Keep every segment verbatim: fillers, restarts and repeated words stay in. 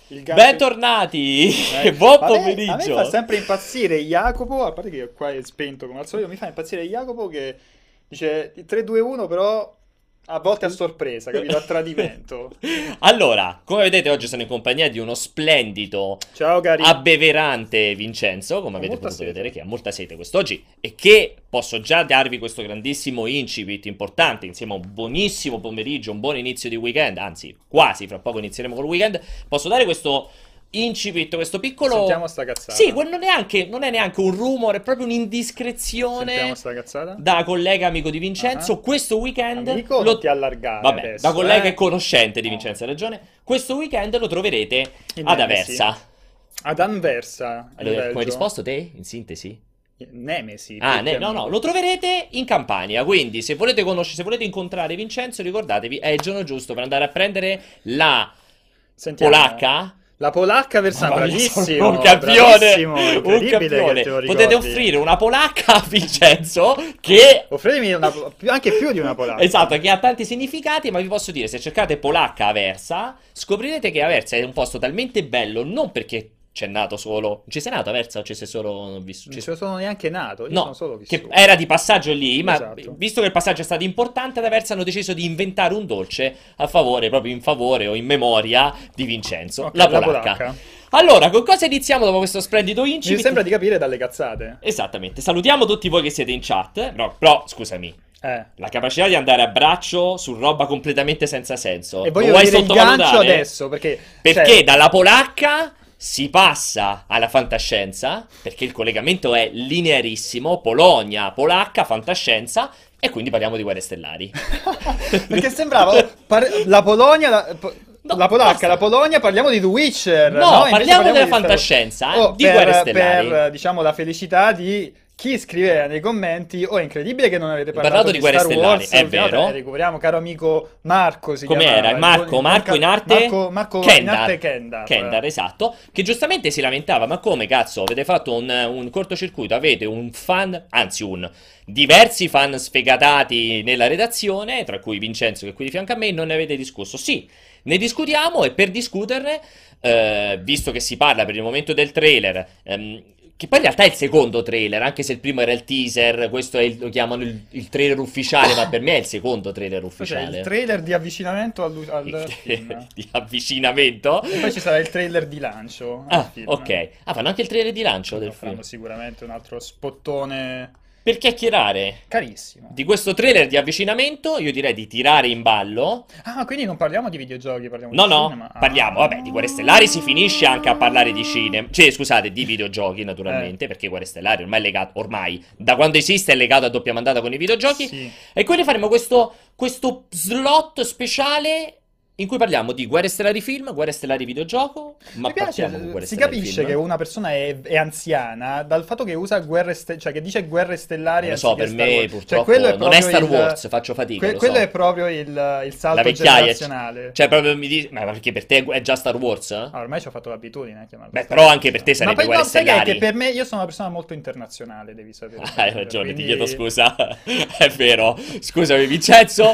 Il gancio... Bentornati! Eh, Buon a me, pomeriggio! a me fa sempre impazzire Jacopo, a parte che qua è spento come al solito, mi fa impazzire Jacopo che dice tre due uno, però a volte a sorpresa, capito? A tradimento. Allora, come vedete oggi sono in compagnia di uno splendido, Ciao cari. abbeverante Vincenzo, come Ho avete molta potuto sete. vedere, che ha molta sete quest'oggi e che posso già darvi questo grandissimo incipit importante insieme a un buonissimo pomeriggio, un buon inizio di weekend, anzi quasi, fra poco inizieremo col weekend, posso dare questo incipit, questo piccolo... Sentiamo sta cazzata. Sì, non è, neanche, non è neanche un rumore, è proprio un'indiscrezione Sentiamo sta cazzata. da collega amico di Vincenzo. Ah. Questo weekend... Amico, lo- non ti allargare Vabbè, adesso, da collega eh. e conoscente di No. Vincenzo, hai ragione. Questo weekend lo troverete In ad Nemesi. Aversa. Ad Anversa, in Allora, come hai Belgio. risposto te, in sintesi? Nemesi. Ah, più ne- che no, no, amico. lo troverete in Campania, quindi se volete conoscere, se volete incontrare Vincenzo, ricordatevi, è il giorno giusto per andare a prendere la Sentiamo. polacca. La polacca Versano, Mamma mia, bravissimo, sono un campione, bravissimo, un incredibile campione. che te lo ricordi. Potete offrire una polacca a Vincenzo che... Offritemi una, più- anche più di una polacca. Esatto, che ha tanti significati, ma vi posso dire, se cercate polacca Aversa, scoprirete che Aversa è un posto talmente bello, non perché c'è nato solo... Ci sei nato Aversa o ci sei solo vissuto? Non ci sono neanche nato, io No, sono solo che vissuto. era di passaggio lì, ma Esatto. visto che il passaggio è stato importante, ad Aversa hanno deciso di inventare un dolce a favore, proprio in favore o in memoria di Vincenzo, Ok, la la polacca. polacca. Allora, con cosa iniziamo dopo questo splendido Mi incipit? sembra di capire dalle cazzate. Esattamente, salutiamo tutti voi che siete in chat, però, però scusami, Eh. la capacità di andare a braccio su roba completamente senza senso, E lo voglio vuoi vedere il gancio sottovalutare? adesso, perché... Perché cioè, dalla polacca si passa alla fantascienza, perché il collegamento è linearissimo, Polonia, polacca, fantascienza, e quindi parliamo di guerre stellari. perché sembrava... oh, par- la Polonia... La, po- No, la polacca, basta. la Polonia, parliamo di The Witcher. No, Invece parliamo della di Star- fantascienza, eh, Oh, di per, guerre stellari. Per, diciamo, la felicità di... Chi scriveva nei commenti, oh è incredibile che non avete parlato, parlato di guerre Star stellari, Wars, è ultimamente, vero. eh, recuperiamo caro amico Marco, si Come chiamava, era? Marco, il buon- Marco il in ca- arte? Marco, Marco in Kendar. arte Kendar. Kendar, esatto. Che giustamente si lamentava, ma come cazzo, avete fatto un, un cortocircuito, avete un fan, anzi un, diversi fan sfegatati nella redazione, tra cui Vincenzo che è qui di fianco a me, non ne avete discusso. Sì, ne discutiamo e per discuterne, eh, visto che si parla per il momento del trailer, ehm, che poi in realtà è il secondo trailer, anche se il primo era il teaser, questo è il- lo chiamano il, il trailer ufficiale, ma per me è il secondo trailer Cos'è, ufficiale. il trailer di avvicinamento al, al Il film. trailer di avvicinamento. E poi ci sarà il trailer di lancio al Ah, film. ok. Ah, fanno anche il trailer di lancio Lo del faranno film. sicuramente un altro spottone Per chiacchierare carissimo. di questo trailer di avvicinamento, io direi di tirare in ballo. Ah, quindi non parliamo di videogiochi, parliamo No, di no, cinema. Ah. parliamo, vabbè, di Guerre Stellari si finisce anche a parlare di cinema. Cioè, scusate, di videogiochi, Eh. naturalmente, perché Guerre Stellari ormai è legato, ormai, da quando esiste è legato a doppia mandata con i videogiochi. Sì. E quindi faremo questo, questo slot speciale in cui parliamo di Guerre Stellari film, Guerre Stellari videogioco, ma Mi piace, partiamo con Guerre si Stellari capisce film. che una persona è, è anziana dal fatto che usa guerre ste- cioè che dice guerre stellari Non lo so, anziché per Star me Wars. purtroppo Cioè, quello non è Star il- Wars, faccio fatica, que- lo quello so. è proprio il, il salto La vecchiaia, generazionale. cioè proprio mi dici, ma perché per te è già Star Wars? Ah, ormai ci ho fatto l'abitudine a chiamarlo Beh, Star però Wars. anche per te Ma sarebbe poi Guerre no, sai che- Stellari. che per me io sono una persona molto internazionale, devi sapere. Ah, hai ragione, Quindi- ti chiedo scusa, è vero. Scusami Vincenzo,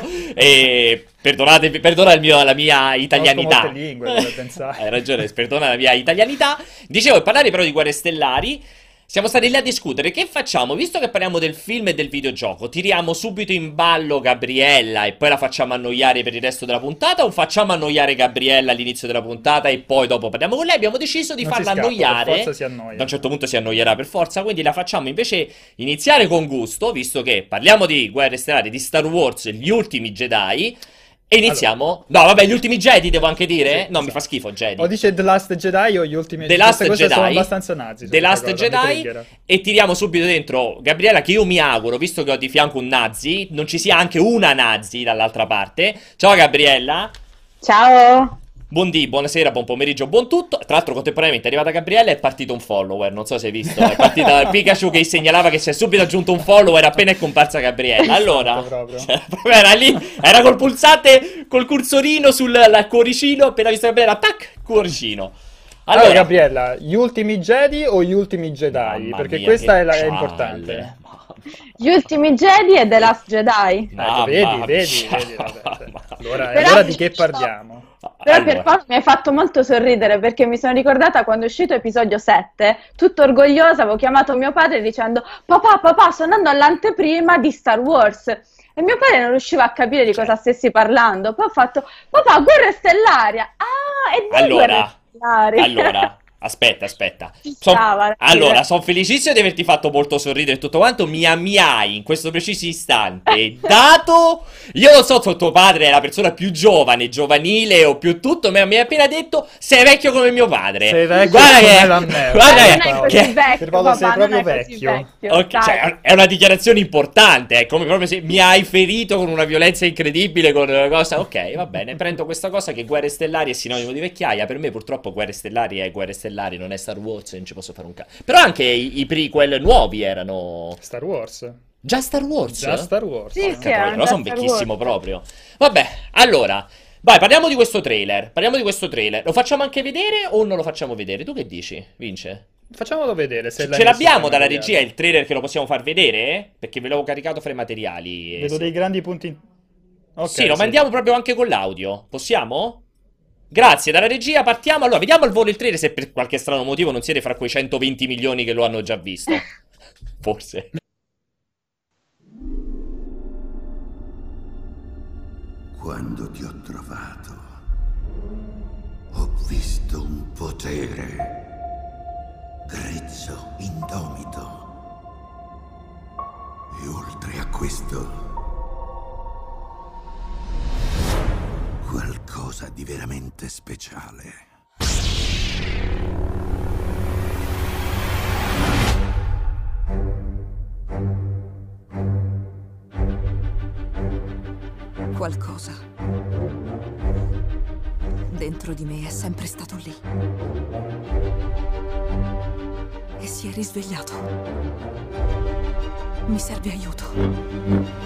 e perdonate, perdona il mio, la mia italianità. molte lingue, come pensare. Hai ragione, perdona la mia italianità. Dicevo, per parlare però di Guerre Stellari, siamo stati lì a discutere. Che facciamo? Visto che parliamo del film e del videogioco, tiriamo subito in ballo Gabriella e poi la facciamo annoiare per il resto della puntata? O facciamo annoiare Gabriella all'inizio della puntata e poi dopo parliamo con lei? Abbiamo deciso di Non si farla scappa, per annoiare. forza si annoia. Da un certo punto si annoierà per forza, quindi la facciamo invece iniziare con gusto, visto che parliamo di Guerre Stellari, di Star Wars, gli ultimi Jedi. E iniziamo. No, vabbè, gli ultimi Jedi devo anche dire? Sì, no, esatto. mi fa schifo Jedi. O dice The Last Jedi o gli ultimi The Last queste cose Jedi, sono abbastanza nazi. The su Last questa cosa, mi Jedi, triggera. e tiriamo subito dentro Gabriella, che io mi auguro, visto che ho di fianco un nazi, non ci sia anche una nazi dall'altra parte. Ciao Gabriella. Ciao! Buondì, buonasera, buon pomeriggio, buon tutto. Tra l'altro contemporaneamente è arrivata Gabriella e è partito un follower, non so se hai visto, è partita Pikachu che segnalava che si è subito aggiunto un follower appena è comparsa Gabriella. Allora, Esatto, proprio. cioè, proprio era lì, era col pulsante, col cursorino sul la- cuoricino, appena visto Gabriella, tac, cuoricino. Allora, Allora, Gabriella, gli ultimi Jedi o gli ultimi Jedi? mamma Perché mia, questa che è, la, è cialle. importante. Gli ultimi Jedi e The Last Jedi. Ecco, vedi, Mamma vedi, mia. vedi, vabbè, Mamma allora, Però- allora di che parliamo? Però Allora. Pierpaolo mi hai fatto molto sorridere perché mi sono ricordata quando è uscito episodio sette, tutto orgogliosa, avevo chiamato mio padre dicendo papà, papà, sto andando all'anteprima di Star Wars. E mio padre non riusciva a capire di cosa stessi parlando. Poi ho fatto, papà, Guerre Stellari. Ah, e di Allora, Guerre Stellari. allora, aspetta, aspetta. Ci Son- stava, allora, sì. sono felicissimo di averti fatto molto sorridere e tutto quanto. Mi, mi hai in questo preciso istante dato. Io non so se tuo padre è la persona più giovane, giovanile o più tutto, ma mi hai appena detto sei vecchio come mio padre. Sei vecchio Guarda come che, la merda. guarda Ma che- non è così che- vecchio, Pierpaolo, papà, sei non proprio è così vecchio. vecchio. Ok, Dai. cioè, è una dichiarazione importante, è come proprio se mi hai ferito con una violenza incredibile, con una cosa. Ok, va bene, prendo questa cosa che Guerre Stellari è sinonimo di vecchiaia. Per me purtroppo Guerre Stellari è Guerre Stellari, non è Star Wars, e non ci posso fare un cazzo. Però anche i, i prequel nuovi erano Star Wars. già Star Wars? Già Star Wars. Sì, sì, Porca troia, era però già sono Star vecchissimo Wars. proprio. Vabbè, allora, vai, parliamo di questo trailer. Parliamo di questo trailer. Lo facciamo anche vedere o non lo facciamo vedere? Tu che dici, Vince? Facciamolo vedere se Ce l'hai ce messo l'abbiamo fra i dalla materiali. regia il trailer che lo possiamo far vedere? Perché ve l'avevo caricato fra i materiali. Vedo Sì. dei grandi punti. Ok, Sì, lo mandiamo proprio anche con l'audio. Possiamo? Grazie, dalla regia partiamo. Allora, vediamo al volo il trailer se per qualche strano motivo non siete fra quei centoventi milioni che lo hanno già visto. Forse. Quando ti ho trovato, ho visto un potere grezzo, indomito. E oltre a questo, qualcosa di veramente speciale. Qualcosa dentro di me è sempre stato lì e si è risvegliato. Mi serve aiuto.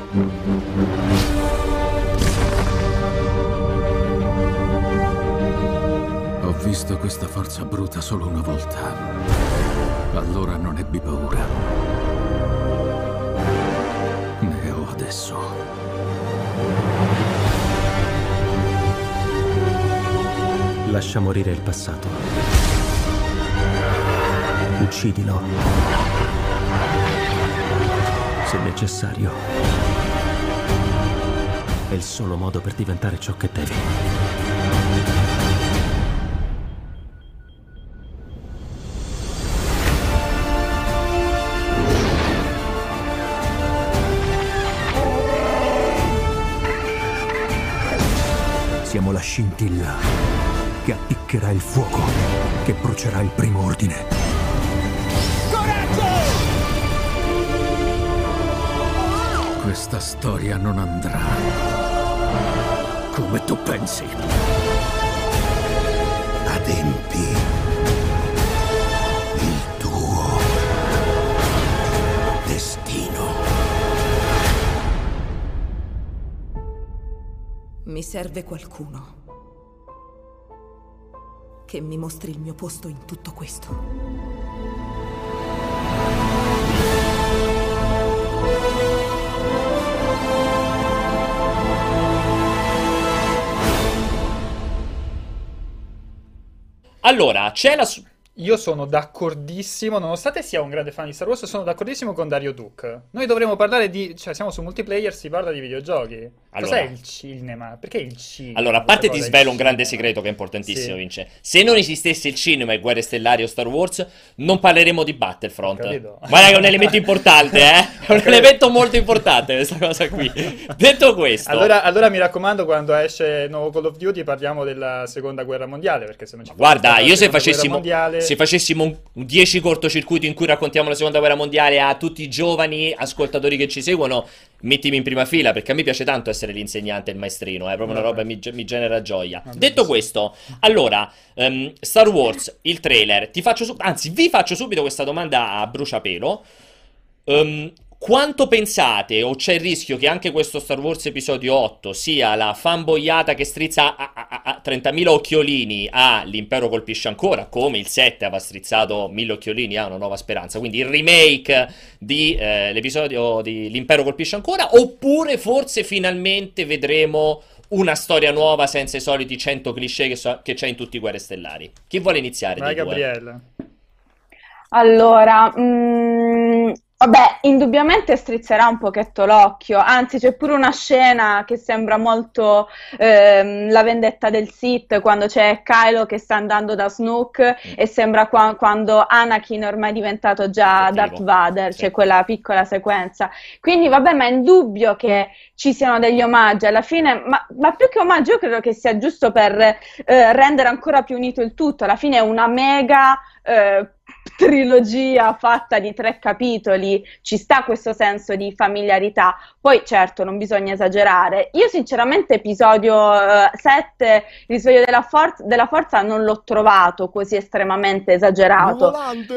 Ho visto questa forza bruta solo una volta. Allora non ebbi paura. Ne ho adesso. Lascia morire il passato. Uccidilo. Se necessario. È il solo modo per diventare ciò che devi. Siamo la scintilla che appiccherà il fuoco, che brucerà il primo ordine. Questa storia non andrà come tu pensi. Adempi il tuo destino. Mi serve qualcuno che mi mostri il mio posto in tutto questo. Allora, c'è la... su- Io sono d'accordissimo, nonostante sia un grande fan di Star Wars, sono d'accordissimo con Dario Duke. Noi dovremmo parlare di... cioè siamo su multiplayer, si parla di videogiochi. Allora- Cos'è il cinema? Perché il cinema? Allora, a parte Questa ti cosa, svelo il un grande cinema? segreto che è importantissimo, Sì. Vince. Se non esistesse il cinema e Guerre Stellari o Star Wars, non parleremo di Battlefront. Ho capito. Guarda che è un elemento importante, eh? È un elemento molto importante questa cosa qui. Detto questo... Allora, allora mi raccomando, quando esce il nuovo Call of Duty parliamo della seconda guerra mondiale, perché se non ci fosse Guarda, stata la io se seconda guerra facessimo, mondiale... se facessimo un dieci cortocircuiti in cui raccontiamo la seconda guerra mondiale a tutti i giovani ascoltatori che ci seguono, mettimi in prima fila, perché a me piace tanto essere l'insegnante e il maestrino, è proprio una Vabbè. roba che mi, ge- mi genera gioia. Vabbè, Detto sì. questo, allora, ehm, Star Wars, il trailer, ti faccio su- anzi, vi faccio subito questa domanda a bruciapelo. Ehm, quanto pensate, o c'è il rischio che anche questo Star Wars episodio otto sia la fanboiata che strizza a, a- a- a trentamila occhiolini a L'impero colpisce ancora, come il sette aveva strizzato mille occhiolini a Una nuova speranza, quindi il remake di eh, l'episodio di L'impero colpisce ancora, oppure forse finalmente vedremo una storia nuova senza i soliti cento cliché che, so- che c'è in tutti i Guerre Stellari. Chi vuole iniziare Vai dei due? Gabriella. Allora, mm, vabbè, indubbiamente strizzerà un pochetto l'occhio, anzi c'è pure una scena che sembra molto ehm, la vendetta del Sith, quando c'è Kylo che sta andando da Snoke Mm. e sembra qua- quando Anakin ormai è diventato già Cattivo. Darth Vader, Sì. c'è quella piccola sequenza. Quindi vabbè, ma è indubbio che ci siano degli omaggi alla fine, ma, ma più che omaggi io credo che sia giusto per eh, rendere ancora più unito il tutto. Alla fine è una mega eh, trilogia fatta di tre capitoli, ci sta questo senso di familiarità. Poi certo non bisogna esagerare. Io sinceramente episodio eh, sette, il risveglio della, for- della forza, non l'ho trovato così estremamente esagerato.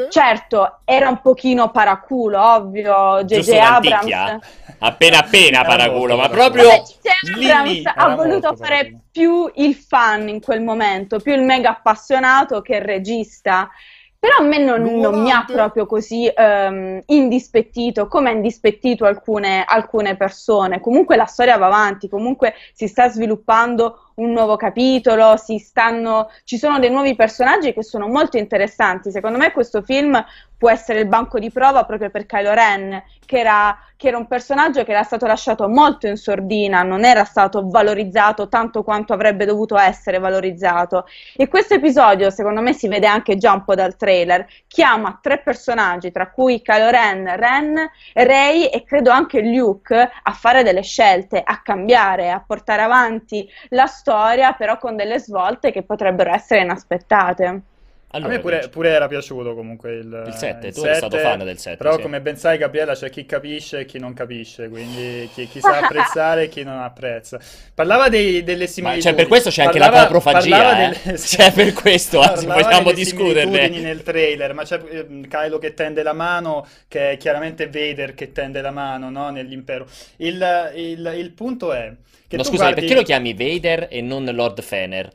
Certo, era un pochino paraculo, ovvio, J J Giusto un'anticchia? Abrams. Appena appena Era paraculo, molto ma paraculo. proprio Vabbè, J J lì Abrams lì. ha Era voluto molto fare paraculo. più il fan in quel momento, più il mega appassionato che il regista. Però a me non, non mi ha proprio così ehm, indispettito, come ha indispettito alcune, alcune persone. Comunque la storia va avanti, comunque si sta sviluppando un nuovo capitolo, si stanno, ci sono dei nuovi personaggi che sono molto interessanti. Secondo me questo film può essere il banco di prova proprio per Kylo Ren, che era, che era un personaggio che era stato lasciato molto in sordina, non era stato valorizzato tanto quanto avrebbe dovuto essere valorizzato. E questo episodio, secondo me, si vede anche già un po' dal trailer, chiama tre personaggi, tra cui Kylo Ren, Ren, Rey e credo anche Luke, a fare delle scelte, a cambiare, a portare avanti la storia, però con delle svolte che potrebbero essere inaspettate. Allora, a me pure, Vinci. pure era piaciuto comunque il, Il sette, il tu eri stato sette, fan del sette, però sì. come ben sai Gabriella c'è chi capisce e chi non capisce, quindi chi, chi sa apprezzare e chi non apprezza. Parlava dei, delle Ma similitudini. cioè, per questo c'è anche Parlava- la coprofagia, parlava eh. delle- Cioè, per questo, anzi, parlava vogliamo delle discuterne. similitudini nel trailer, ma c'è ehm, Kylo che tende la mano, che è chiaramente Vader che tende la mano, no, nell'impero. Il, il- il punto è che No, tu scusami, guardi- perché lo chiami Vader e non Lord Fener?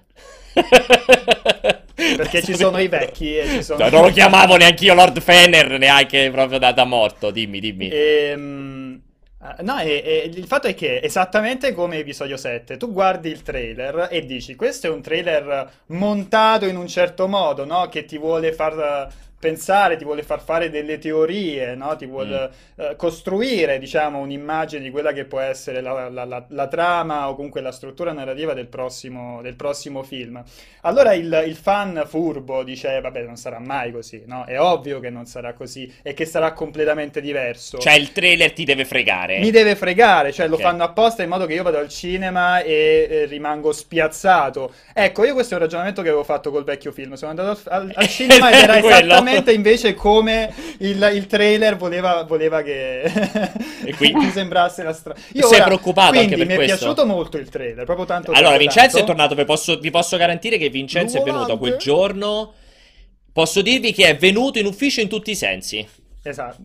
Perché ci sono i vecchi e ci sono... No, non lo chiamavo neanche io Lord Fener, neanche proprio da, da morto. Dimmi, dimmi. Ehm, eh, no, e- e il fatto è che esattamente come episodio sette, tu guardi il trailer e dici, questo è un trailer montato in un certo modo, no? Che ti vuole far eh, pensare, ti vuole far fare delle teorie, no? Ti vuole eh, costruire, diciamo, un'immagine di quella che può essere la, la- la- la trama o comunque la struttura narrativa del prossimo, del prossimo film. Allora il, il fan furbo dice, vabbè, non sarà mai così, no? È ovvio che non sarà così e che sarà completamente diverso. Cioè, il trailer ti deve fregare. Mi deve fregare, cioè lo Ok. fanno apposta in modo che io vado al cinema e eh, rimango spiazzato. Ecco, io questo è un ragionamento che avevo fatto col vecchio film. Sono andato al, al- al cinema ed era Quello. esattamente invece come il, il trailer voleva, voleva che E qui- mi sembrasse la strada. Sei preoccupato quindi anche per mi è questo? piaciuto molto il trailer, proprio tanto Allora, tanto, Vincenzo è tanto. tornato. Vi posso, vi posso garantire che Vincenzo è venuto quel giorno. Posso dirvi che è venuto in ufficio in tutti i sensi. Esatto.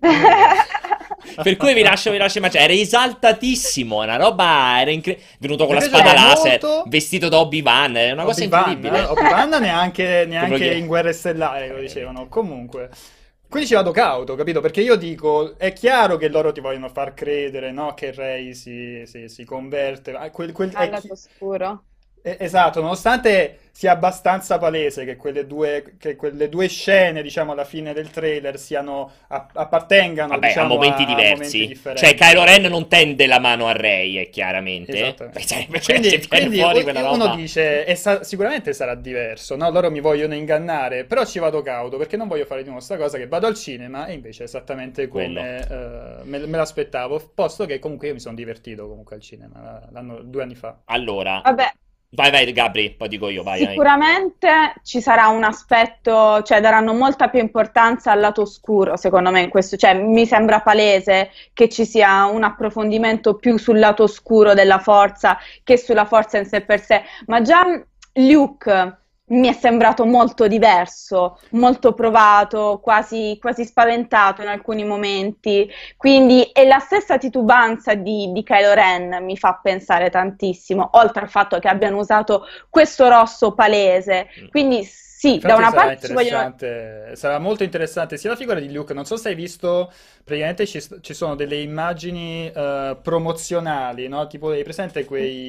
Per cui vi lascio, vi lascio immaginare. Era esaltatissimo. Una roba. Era incredibile. Venuto con la Mi spada piace laser. molto. Vestito da Obi-Wan. È una cosa Obi-Wan, incredibile. eh? Obi-Wan neanche, neanche Quello che- in Guerre Stellari lo dicevano. Comunque, quindi ci vado cauto, capito? Perché io dico, è chiaro che loro ti vogliono far credere, no? Che Rey si, si, si converte. Ah, quel- quel- è Al chi- lato oscuro. eh, Esatto, nonostante sia abbastanza palese che quelle due, che quelle due scene, diciamo, alla fine del trailer siano, a- appartengano, Vabbè, diciamo, a momenti a diversi. momenti differenti. Cioè, Kylo Ren non tende la mano a Rey, è chiaramente. Esattamente. Cioè, Quindi, cioè, viene quindi fuori u- quella uno roba. dice, e sa- sicuramente sarà diverso, no? Loro mi vogliono ingannare, però ci vado cauto perché non voglio fare di nuovo sta cosa che vado al cinema e invece è esattamente come eh, me, me l'aspettavo, posto che comunque io mi sono divertito comunque al cinema l'anno, due anni fa. Allora, Vabbè, vai, vai, Gabri, poi dico io, vai, vai. sicuramente ci sarà un aspetto, cioè daranno molta più importanza al lato oscuro, secondo me, in questo, cioè mi sembra palese che ci sia un approfondimento più sul lato oscuro della forza che sulla forza in sé per sé, ma già Luke mi è sembrato molto diverso, molto provato, quasi, quasi spaventato in alcuni momenti, quindi è la stessa titubanza di, di Kylo Ren mi fa pensare tantissimo, oltre al fatto che abbiano usato questo rosso palese, quindi sì, Infatti da una sarà parte ci vogliono... interessante, sarà molto interessante sia la figura di Luke, non so se hai visto, praticamente ci, ci sono delle immagini eh, promozionali, no? Tipo, hai presente quei,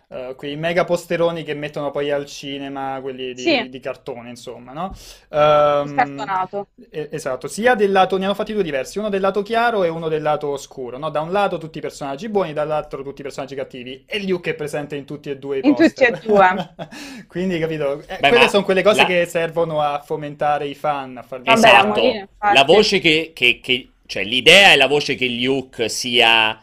eh, quei mega posteroni che mettono poi al cinema, quelli di, Sì, di cartone, insomma, no? il Ehm, cartonato. e- esatto, sia del lato, ne hanno fatti due diversi, uno del lato chiaro e uno del lato oscuro, no? Da un lato tutti i personaggi buoni, dall'altro tutti i personaggi cattivi, e Luke è presente in tutti e due i In tutti e poster. due. Quindi, capito? Eh, Beh, quelle ma sono quelle cose la... che servono a fomentare i fan, a farli Vabbè, da Esatto, morire, la infatti. voce che, che- che- cioè l'idea è la voce che Luke sia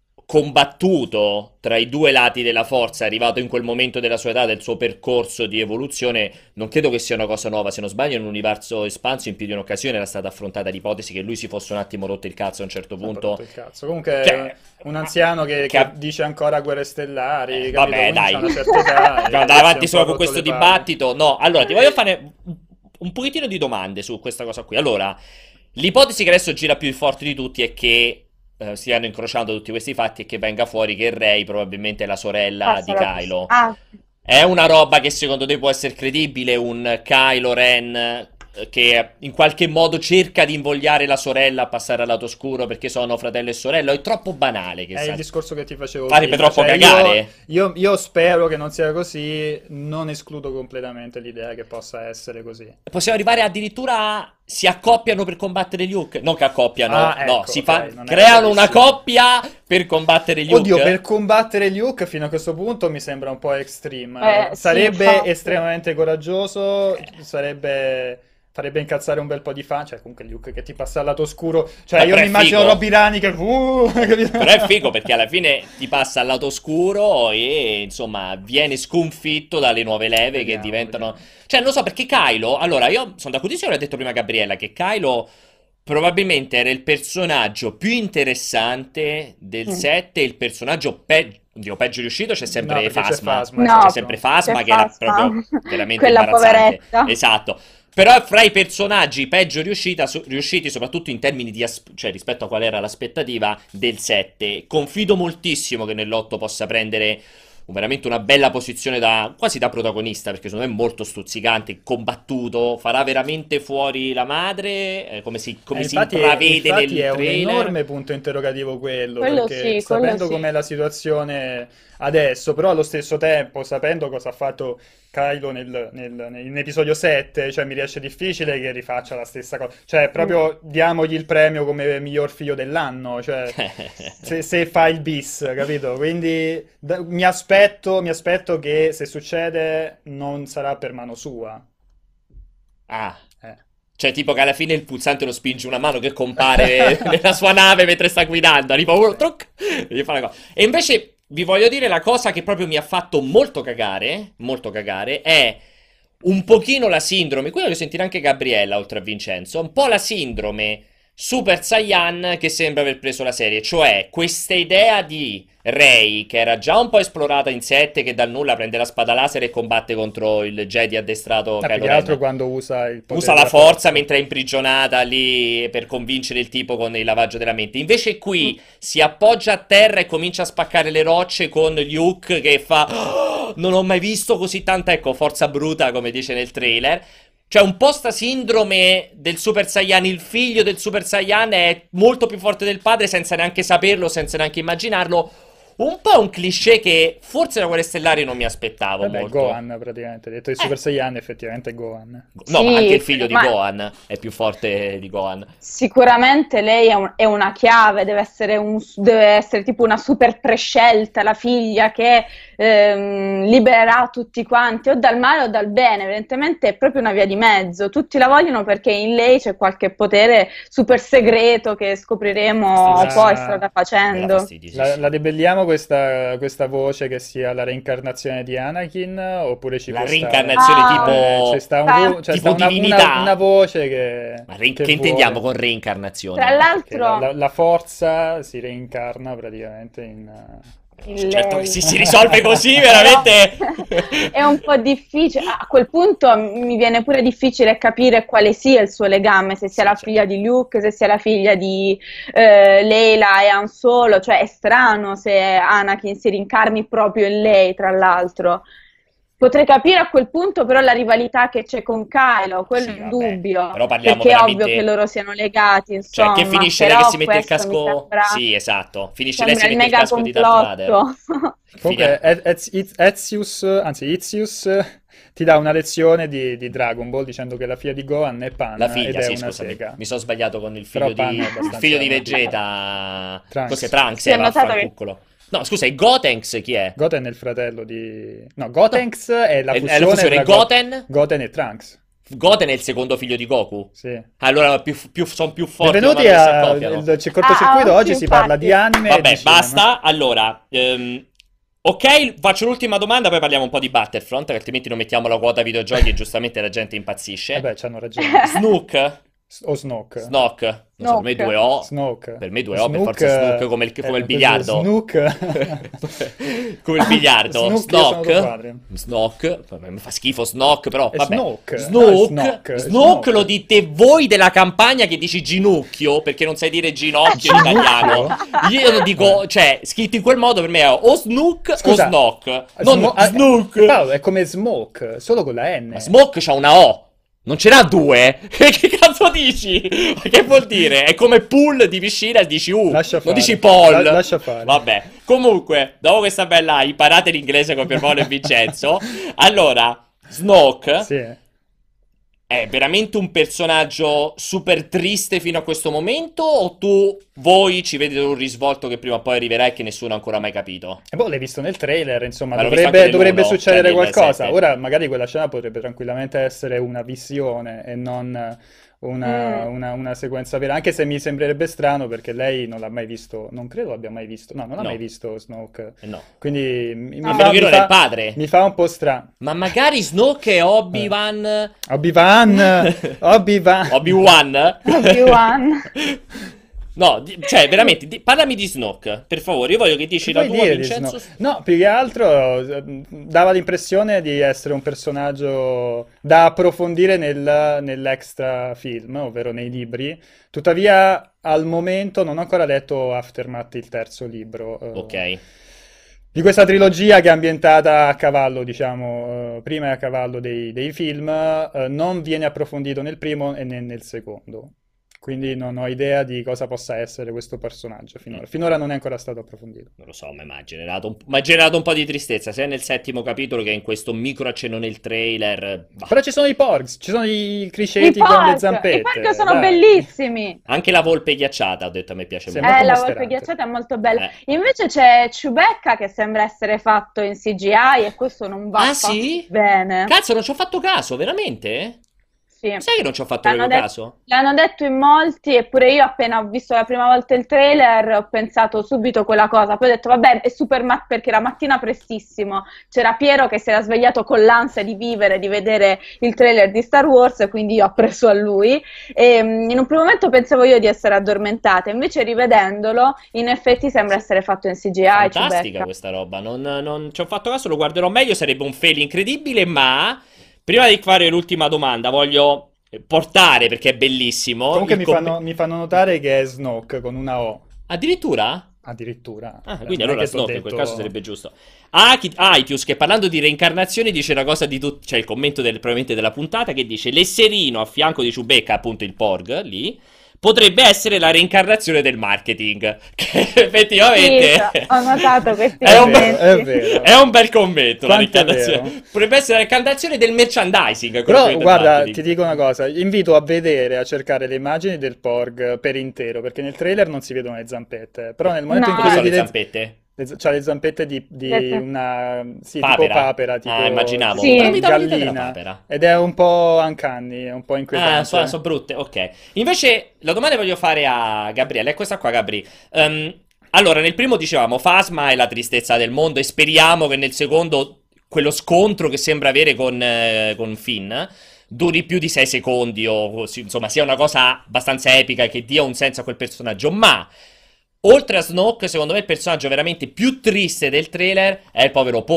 combattuto tra i due lati della forza, arrivato in quel momento della sua età, del suo percorso di evoluzione, non credo che sia una cosa nuova. Se non sbaglio, in un universo espanso in più di un'occasione era stata affrontata l'ipotesi che lui si fosse un attimo rotto il cazzo a un certo Ha punto. rotto il cazzo. Comunque, Cioè, un anziano che, che che ha- dice ancora guerre stellari, Eh, capito? vabbè, Quindi dai. c'ha una certa età Dobbiamo e andare si è avanti un solo po' con rotto questo le palle. dibattito. No, allora ti voglio fare un un pochettino di domande su questa cosa qui. Allora, l'ipotesi che adesso gira più forte di tutti è che eh, stiano incrociando tutti questi fatti e che venga fuori che Rey probabilmente è la sorella Ah, di sarà- Kylo. ah, È una roba che secondo te può essere credibile, un Kylo Ren eh, che in qualche modo cerca di invogliare la sorella a passare al lato oscuro perché sono fratello e sorella? O è troppo banale che È il sa- discorso che ti facevo farebbe prima. troppo Cioè, cagare? io, io- io spero che non sia così, non escludo completamente l'idea che possa essere così. Possiamo arrivare addirittura a... si accoppiano per combattere Luke? Non che accoppiano, Ah, no, ecco, si ok, fa... non è creano una bravissimo. coppia per combattere Luke. Oddio, per combattere Luke fino a questo punto mi sembra un po' extreme. Eh, sì, Sarebbe infatti. estremamente coraggioso, sarebbe... farebbe incazzare un bel po' di fan, cioè comunque Luke che ti passa al lato oscuro, cioè Ma io però mi è immagino figo. Robbie Rani che... uh, capito? Però è figo perché alla fine ti passa al lato oscuro e insomma viene sconfitto dalle nuove leve che Vediamo, diventano... vediamo. Cioè non so perché Kylo... Allora io sono d'accordissimo con quello che ha detto prima Gabriella, che Kylo probabilmente era il personaggio più interessante del Mm. sette, il personaggio peggio... Oddio, peggio riuscito c'è No, sempre perché c'è Phasma. Phasma, No, C'è esatto. sempre Phasma c'è che era Phasma. proprio veramente Quella imbarazzante. poveretta. Esatto. Però fra i personaggi peggio riuscita- so- riusciti, soprattutto in termini di as- cioè rispetto a qual era l'aspettativa del sette, confido moltissimo che nell'otto possa prendere un- veramente una bella posizione da quasi da protagonista, perché secondo me è molto stuzzicante, combattuto, farà veramente fuori la madre, eh, come si, come Eh, si infatti, intravede infatti nel è un trailer. enorme punto interrogativo quello, Quello perché sì, quello sapendo sì. com'è la situazione adesso, però allo stesso tempo sapendo cosa ha fatto Kylo nel, nel- nel- in episodio sette, cioè mi riesce difficile che rifaccia la stessa cosa, cioè proprio diamogli il premio come miglior figlio dell'anno, cioè se, se fa il bis, capito? Quindi da- mi aspetto, mi aspetto che se succede non sarà per mano sua. Ah, Eh. cioè tipo che alla fine il pulsante lo spinge una mano che compare nella sua nave mentre sta guidando, arriva uno, truc, e gli fa la cosa. E invece vi voglio dire la cosa che proprio mi ha fatto molto cagare, molto cagare, è un pochino la sindrome, qui voglio sentire anche Gabriella oltre a Vincenzo, un po' la sindrome Super Saiyan che sembra aver preso la serie, cioè questa idea di Rey che era già un po' esplorata in sette, che dal nulla prende la spada laser e combatte contro il Jedi addestrato Ah, più Kylo che altro Ren. quando usa il potere Usa la della forza mentre è imprigionata lì per convincere il tipo con il lavaggio della mente. Invece qui si appoggia a terra e comincia a spaccare le rocce con Luke che fa "Oh, non ho mai visto così tanta, ecco, forza bruta come dice nel trailer". Cioè un po' sta sindrome del Super Saiyan, il figlio del Super Saiyan è molto più forte del padre senza neanche saperlo, senza neanche immaginarlo. Un po' un cliché che forse da Guerre Stellari non mi aspettavo Vabbè, molto. Gohan praticamente, detto il Super Saiyan effettivamente è Gohan. No, ma Sì, anche il figlio di ma- Gohan è più forte di Gohan. Sicuramente lei è, un- è una chiave, deve essere, un- deve essere tipo una super prescelta, la figlia che ehm, libererà tutti quanti, o dal male o dal bene. Evidentemente è proprio una via di mezzo. Tutti la vogliono perché in lei c'è qualche potere super segreto che scopriremo Sì, sì, poi sì. strada Dà facendo. fastidio, sì, La, sì. la debelliamo questa, questa voce che sia la reincarnazione di Anakin oppure ci La può reincarnazione Ah, tipo... stare... c'è sta, un Ah, vo- c'è tipo sta una, divinità. una- una voce che, Ma rein- che che intendiamo vuole- con reincarnazione? Tra che l'altro, la, la- la forza si reincarna praticamente in... uh, in Certo lei. che si, si risolve così, veramente. È un po' difficile. A quel punto mi viene pure difficile capire quale sia il suo legame, se sia la figlia di Luke, se sia la figlia di eh, Leila e Han Solo. Cioè è strano se Anakin si rincarni proprio in lei, tra l'altro. potrei capire a quel punto però la rivalità che c'è con Kylo, quello Sì, è vabbè, indubbio, però parliamo perché è veramente- ovvio che loro siano legati, Cioè, insomma, che finisce lei però che si mette il questo mi casco... sembra, Sì, esatto. Finisce lei sembra si il mette il mega casco di Darth Vader. complotto. Comunque, Finiamo- Ez- Ez- Ezious, anzi Izius, ti dà una lezione di, di Dragon Ball dicendo che la figlia di Gohan è Pan La ed figlia, è sì, una scusami. sega. Mi sono sbagliato con il Però figlio Pan di... è abbastanza- Il figlio di Vegeta... Trunks. Cos'è? Trunks, Sì, eh, ho notato che- vaffanculo. No, scusa, e Gotenks chi è? Goten è il fratello di... No, Gotenks è la È- è fusione, la fusione tra Goten? Goten e Trunks. Goten è il secondo figlio di Goku. Sì. Allora più, più, sono più forti. Benvenuti man mano che si a accoppiano. il il cortocircuito. Ah, Oggi sì, si parla infatti. di anime e Vabbè, di cinema. basta. Allora, ehm, ok, faccio l'ultima domanda, poi parliamo un po' di Battlefront, che altrimenti non mettiamo la quota videogiochi e giustamente la gente impazzisce. Eh beh, c'hanno ragione. Snook? S- O Snoke. Snook? Non so, per me Snook. due O. Snoke. Per me due O, per Snook, forza Snook, come il, eh, come il eh, biliardo. Snook. Come il biliardo. Snook, io sono tuo Snook. padre. Snook. Mi fa schifo Snook, però È vabbè. Snook. Snook. No, è Snook. Snook Snook. lo dite voi della campagna che dici ginocchio, perché non sai dire ginocchio in italiano. Io lo dico, cioè, scritto in quel modo per me è o Snook Scusa, o Snook. Non Smo- eh, Snook. Paolo, è come Smoke, solo con la N. Ma Smoke c'ha una O. Non ce n'ha due? Che cazzo dici? Che vuol dire? È come pool di piscina e dici U, Lascia non fare. dici Paul. La- lascia fare. Vabbè, comunque, dopo questa bella imparate l'inglese con Pierpaolo e Vincenzo, allora, Snoke Sì. è veramente un personaggio super triste fino a questo momento o tu, voi ci vedete un risvolto che prima o poi arriverà e che nessuno ha ancora mai capito? E poi l'hai visto nel trailer, insomma, Ma l'ho visto dovrebbe, anche dovrebbe nell'uno, succedere cioè nel qualcosa. sette. Ora, magari quella scena potrebbe tranquillamente essere una visione e non una, Mm. una- una sequenza vera, anche se mi sembrerebbe strano perché lei non l'ha mai visto, non credo l'abbia mai visto, no, non ha No. mai visto Snoke. Eh no. Quindi mi, mi A fa, meno che mi non fa- è il padre. mi fa un po' strano. Ma magari Snoke e Obi-Wan... Obi-Wan, Obi-Wan. Obi-Wan? Obi-Wan. No, di- cioè, veramente, di- parlami di Snoke, per favore. Io voglio che dici Che la vuoi tua, dire di Vincenzo. Snoke? No, più che altro eh, dava l'impressione di essere un personaggio da approfondire nel- nell'extra film, ovvero nei libri. Tuttavia, al momento non ho ancora letto Aftermath, il terzo libro. eh, Ok. Di questa trilogia che è ambientata a cavallo, diciamo, eh, prima è a cavallo dei, dei film, eh, non viene approfondito nel primo e né nel secondo. Quindi non ho idea di cosa possa essere questo personaggio finora. Finora non è ancora stato approfondito. Non lo so, ma mi ha generato un, mi ha generato un po' di tristezza, sia nel settimo capitolo che in questo micro accenno nel trailer. Bah. Però ci sono i porgs, ci sono i I criceti con le porc, zampette. i porc sono dai. bellissimi. Anche la volpe ghiacciata, ho detto, a me piace Sì, è molto. molto Eh, la mostrante. volpe ghiacciata è molto bella. Eh. Invece c'è Chewbacca che sembra essere fatto in C G I e questo non va Ah, affatto sì? bene. Cazzo, non ci ho fatto caso, veramente? Sì. Sai che non ci ho fatto L'hanno proprio detto- caso? L'hanno detto in molti, eppure io appena ho visto la prima volta il trailer ho pensato subito quella cosa, poi ho detto vabbè è super mat perché era mattina prestissimo, c'era Piero che si era svegliato con l'ansia di vivere, di vedere il trailer di Star Wars, quindi io ho preso a lui e mm, in un primo momento pensavo io di essere addormentata, invece rivedendolo in effetti sembra essere fatto in C G I. Fantastica Chewbacca. questa roba, non, non ci ho fatto caso, lo guarderò meglio, sarebbe un fail incredibile, ma prima di fare l'ultima domanda voglio portare, perché è bellissimo, Comunque il mi com- fanno, mi fanno notare che è Snoke con una O, Addirittura? addirittura. Ah, Non quindi è allora che t'ho Snoke in quel detto- caso sarebbe giusto. Aki- Aitius, che parlando di reincarnazioni dice una cosa di tutto, cioè il commento del, probabilmente della puntata, che dice l'esserino a fianco di Chewbacca, appunto il Porg, lì, potrebbe essere la reincarnazione del marketing, che effettivamente Sì, ho notato questi è, un vero, bel, è vero. è un bel commento la Quanto è reincarnazione. vero. Potrebbe essere la reincarnazione del merchandising, quello Però che del guarda, marketing. ti dico una cosa, invito a vedere, a cercare le immagini del Porg per intero, perché nel trailer non si vedono le zampette, però nel momento No. in cui Cosa sono vedi le le, zampette? le z- c'ha le zampette di, di Le zam- una sì, Papera? tipo papera, tipo, Ah, immaginavo. Sì. Non mi davo l'idea della gallina, papera. ed è un po' uncanny, è un po' inquietante. Ah, sono, sono brutte, ok. Invece, la domanda che voglio fare a Gabriele è questa qua, Gabri. Ehm, allora, nel primo dicevamo, Phasma è la tristezza del mondo e speriamo che nel secondo quello scontro che sembra avere con, eh, con Finn duri più di sei secondi o così, insomma, sia una cosa abbastanza epica e che dia un senso a quel personaggio. Ma, oltre a Snoke, secondo me il personaggio veramente più triste del trailer è il povero Poe.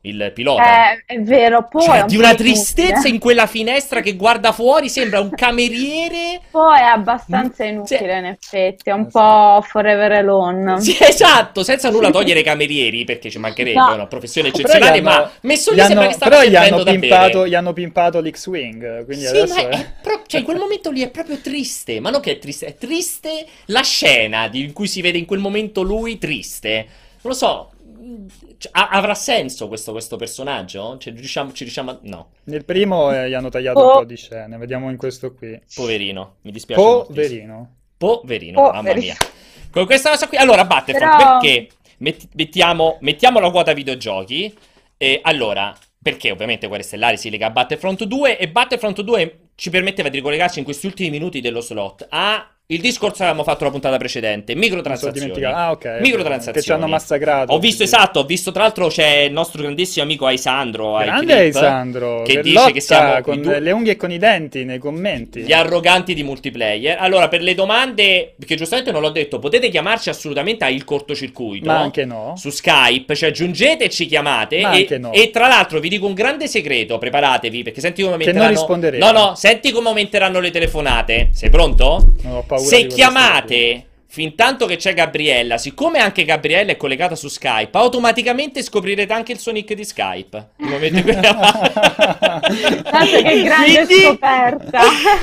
il pilota. Eh, è vero, poi è Cioè, un di po' una inutile. tristezza in quella finestra che guarda fuori, sembra un cameriere. Poi è abbastanza Sì. inutile, in effetti, è un Eh, sì. po' Forever Alone. Sì, esatto, senza nulla togliere ai camerieri, perché ci mancherebbe, No. è una professione Però eccezionale, gli hanno- ma messo lì gli sembra hanno- che stanno però gli servendo hanno da pimpato, bere. gli hanno pimpato l'X-Wing, quindi Sì, adesso ma è... è pro- cioè, in quel momento lì è proprio triste, ma non che è triste, è triste la scena di- in cui si vede in quel momento lui triste. Non lo so, cioè, ha- avrà senso questo, questo personaggio? Cioè, riusciamo, ci riusciamo a... No, Nel primo eh, gli hanno tagliato Oh. un po' di scene, vediamo in questo qui. poverino, mi dispiace moltissimo. Poverino. Poverino, mamma Poverino. mia. Con questa cosa qui, allora Battlefront, Però- perché metti- mettiamo, mettiamo la quota videogiochi, e allora, perché ovviamente Guerre Stellari si lega a Battlefront due, e Battlefront due ci permetteva di ricollegarci in questi ultimi minuti dello slot a il discorso che avevamo fatto la puntata precedente, Mi sono microtransazioni. dimenticato. Ah, ok. Microtransazioni. Che ci hanno massacrato. Ho visto, esatto, ho visto tra l'altro c'è il nostro grandissimo amico Aisandro, Grande Aiclip, Alessandro, che che dice lotta che siamo con i due- le unghie e con i denti nei commenti. gli arroganti di multiplayer. Allora, per le domande, perché giustamente non l'ho detto, potete chiamarci assolutamente a Il Cortocircuito. Ma anche no. Su Skype, cioè aggiungete e ci chiamate. Ma e, anche no. e tra l'altro vi dico un grande segreto, preparatevi, perché senti come Che non aumenteranno... risponderemo. No, no, senti come aumenteranno le telefonate. Sei pronto? Non ho paura Se di quello chiamate... Fin tanto che c'è Gabriella, siccome anche Gabriella è collegata su Skype, automaticamente scoprirete anche il suo nick di Skype. Nel momento in cui- Tanto che grande Quindi- scoperta.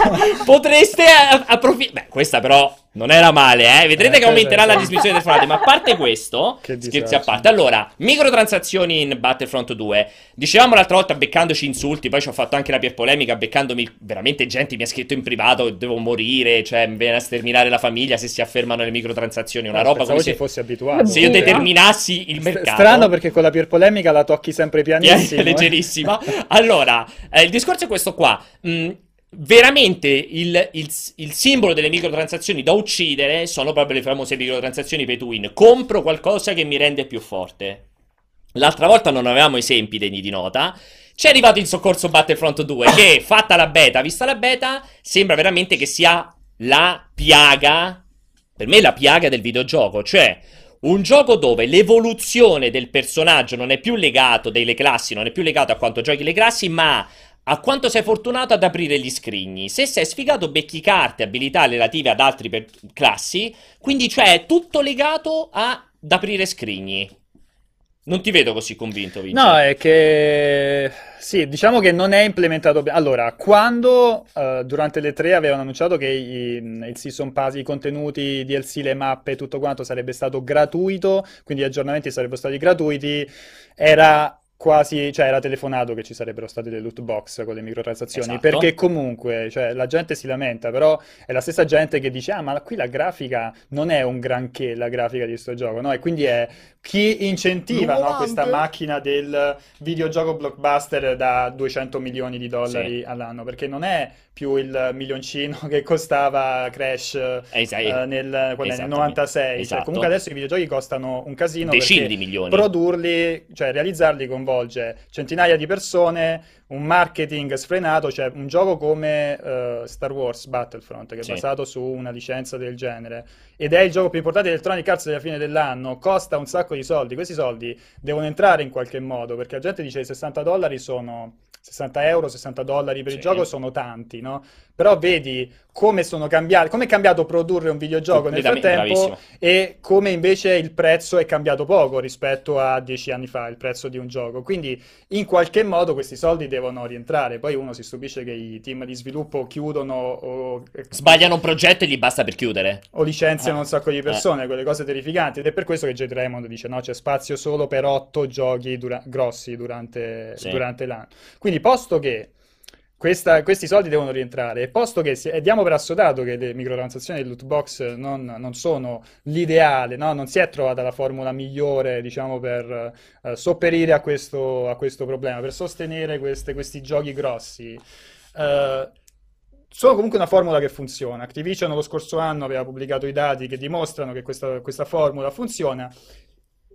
Potreste approfittare. Beh, questa però non era male, eh. Vedrete Eh, che aumenterà la certo. dismissione del telefonate. Ma a parte questo, Che scherzi disagio. a parte. Allora, microtransazioni in Battlefront due. Dicevamo l'altra volta beccandoci insulti, poi ci ho fatto anche la pier polemica beccandomi veramente gente mi ha scritto in privato che devo morire, cioè mi viene a sterminare la famiglia se si affermano le microtransazioni. Una roba Pensavo come ci se, fossi abituato. se io Sì, no? determinassi il St- mercato. Strano perché con la peer polemica la tocchi sempre pianissimo. eh. Leggerissima. Allora, eh, il discorso è questo qua. Mm, veramente il, il- il simbolo delle microtransazioni da uccidere sono proprio le famose microtransazioni pay to win. Compro qualcosa che mi rende più forte. L'altra volta non avevamo esempi degni di nota. Ci è arrivato in soccorso Battlefront due che, fatta la beta, vista la beta, sembra veramente che sia la piaga, per me la piaga del videogioco, cioè un gioco dove l'evoluzione del personaggio non è più legato, delle classi, non è più legato a quanto giochi le classi, ma a quanto sei fortunato ad aprire gli scrigni. Se sei sfigato becchi carte, abilità relative ad altri per- classi, quindi cioè è tutto legato a- ad aprire scrigni. Non ti vedo così convinto, Vince. No, è che sì, diciamo che non è implementato bene. Allora, quando eh, durante le tre avevano annunciato che i- il Season Pass, i contenuti, D L C, le mappe e tutto quanto sarebbe stato gratuito, quindi gli aggiornamenti sarebbero stati gratuiti, era quasi, cioè era telefonato che ci sarebbero state le loot box con le microtransazioni, Esatto. perché comunque, cioè, la gente si lamenta, però è la stessa gente che dice, ah, ma qui la grafica non è un granché, la grafica di sto gioco, no? E quindi è chi incentiva, no, questa macchina del videogioco blockbuster da duecento milioni di dollari Sì. all'anno, perché non è più il milioncino che costava Crash Esa- eh, nel, qual è, nel esattamente. novantasei. Cioè, Esatto. comunque adesso i videogiochi costano un casino Decine perché di milioni. produrli, cioè realizzarli coinvolge centinaia di persone, un marketing sfrenato, cioè un gioco come eh, Star Wars Battlefront, che è Sì. basato su una licenza del genere, ed è il gioco più importante di Electronic Arts della fine dell'anno, costa un sacco di soldi, questi soldi devono entrare in qualche modo, perché la gente dice che sessanta dollari sono... sessanta euro, sessanta dollari per il Sì. gioco sono tanti, no? Però vedi come sono cambiati, come è cambiato produrre un videogioco nel Completamente, frattempo bravissimo. e come invece il prezzo è cambiato poco rispetto a dieci anni fa, il prezzo di un gioco. Quindi in qualche modo questi soldi devono rientrare. Poi uno si stupisce che i team di sviluppo chiudono o, Sbagliano un progetto e gli basta per chiudere. o licenziano Eh. un sacco di persone, quelle cose terrificanti. Ed è per questo che Jade Raymond dice no, c'è spazio solo per otto giochi dura- grossi durante, Sì. durante l'anno. Quindi posto che questa- questi soldi devono rientrare, e posto che si- e diamo per assodato che le microtransazioni e loot box non, non sono l'ideale, no? Non si è trovata la formula migliore, diciamo, per eh, sopperire a questo, a questo problema, per sostenere queste- questi giochi grossi. Eh, sono comunque una formula che funziona. Activision lo scorso anno aveva pubblicato i dati che dimostrano che questa, questa formula funziona.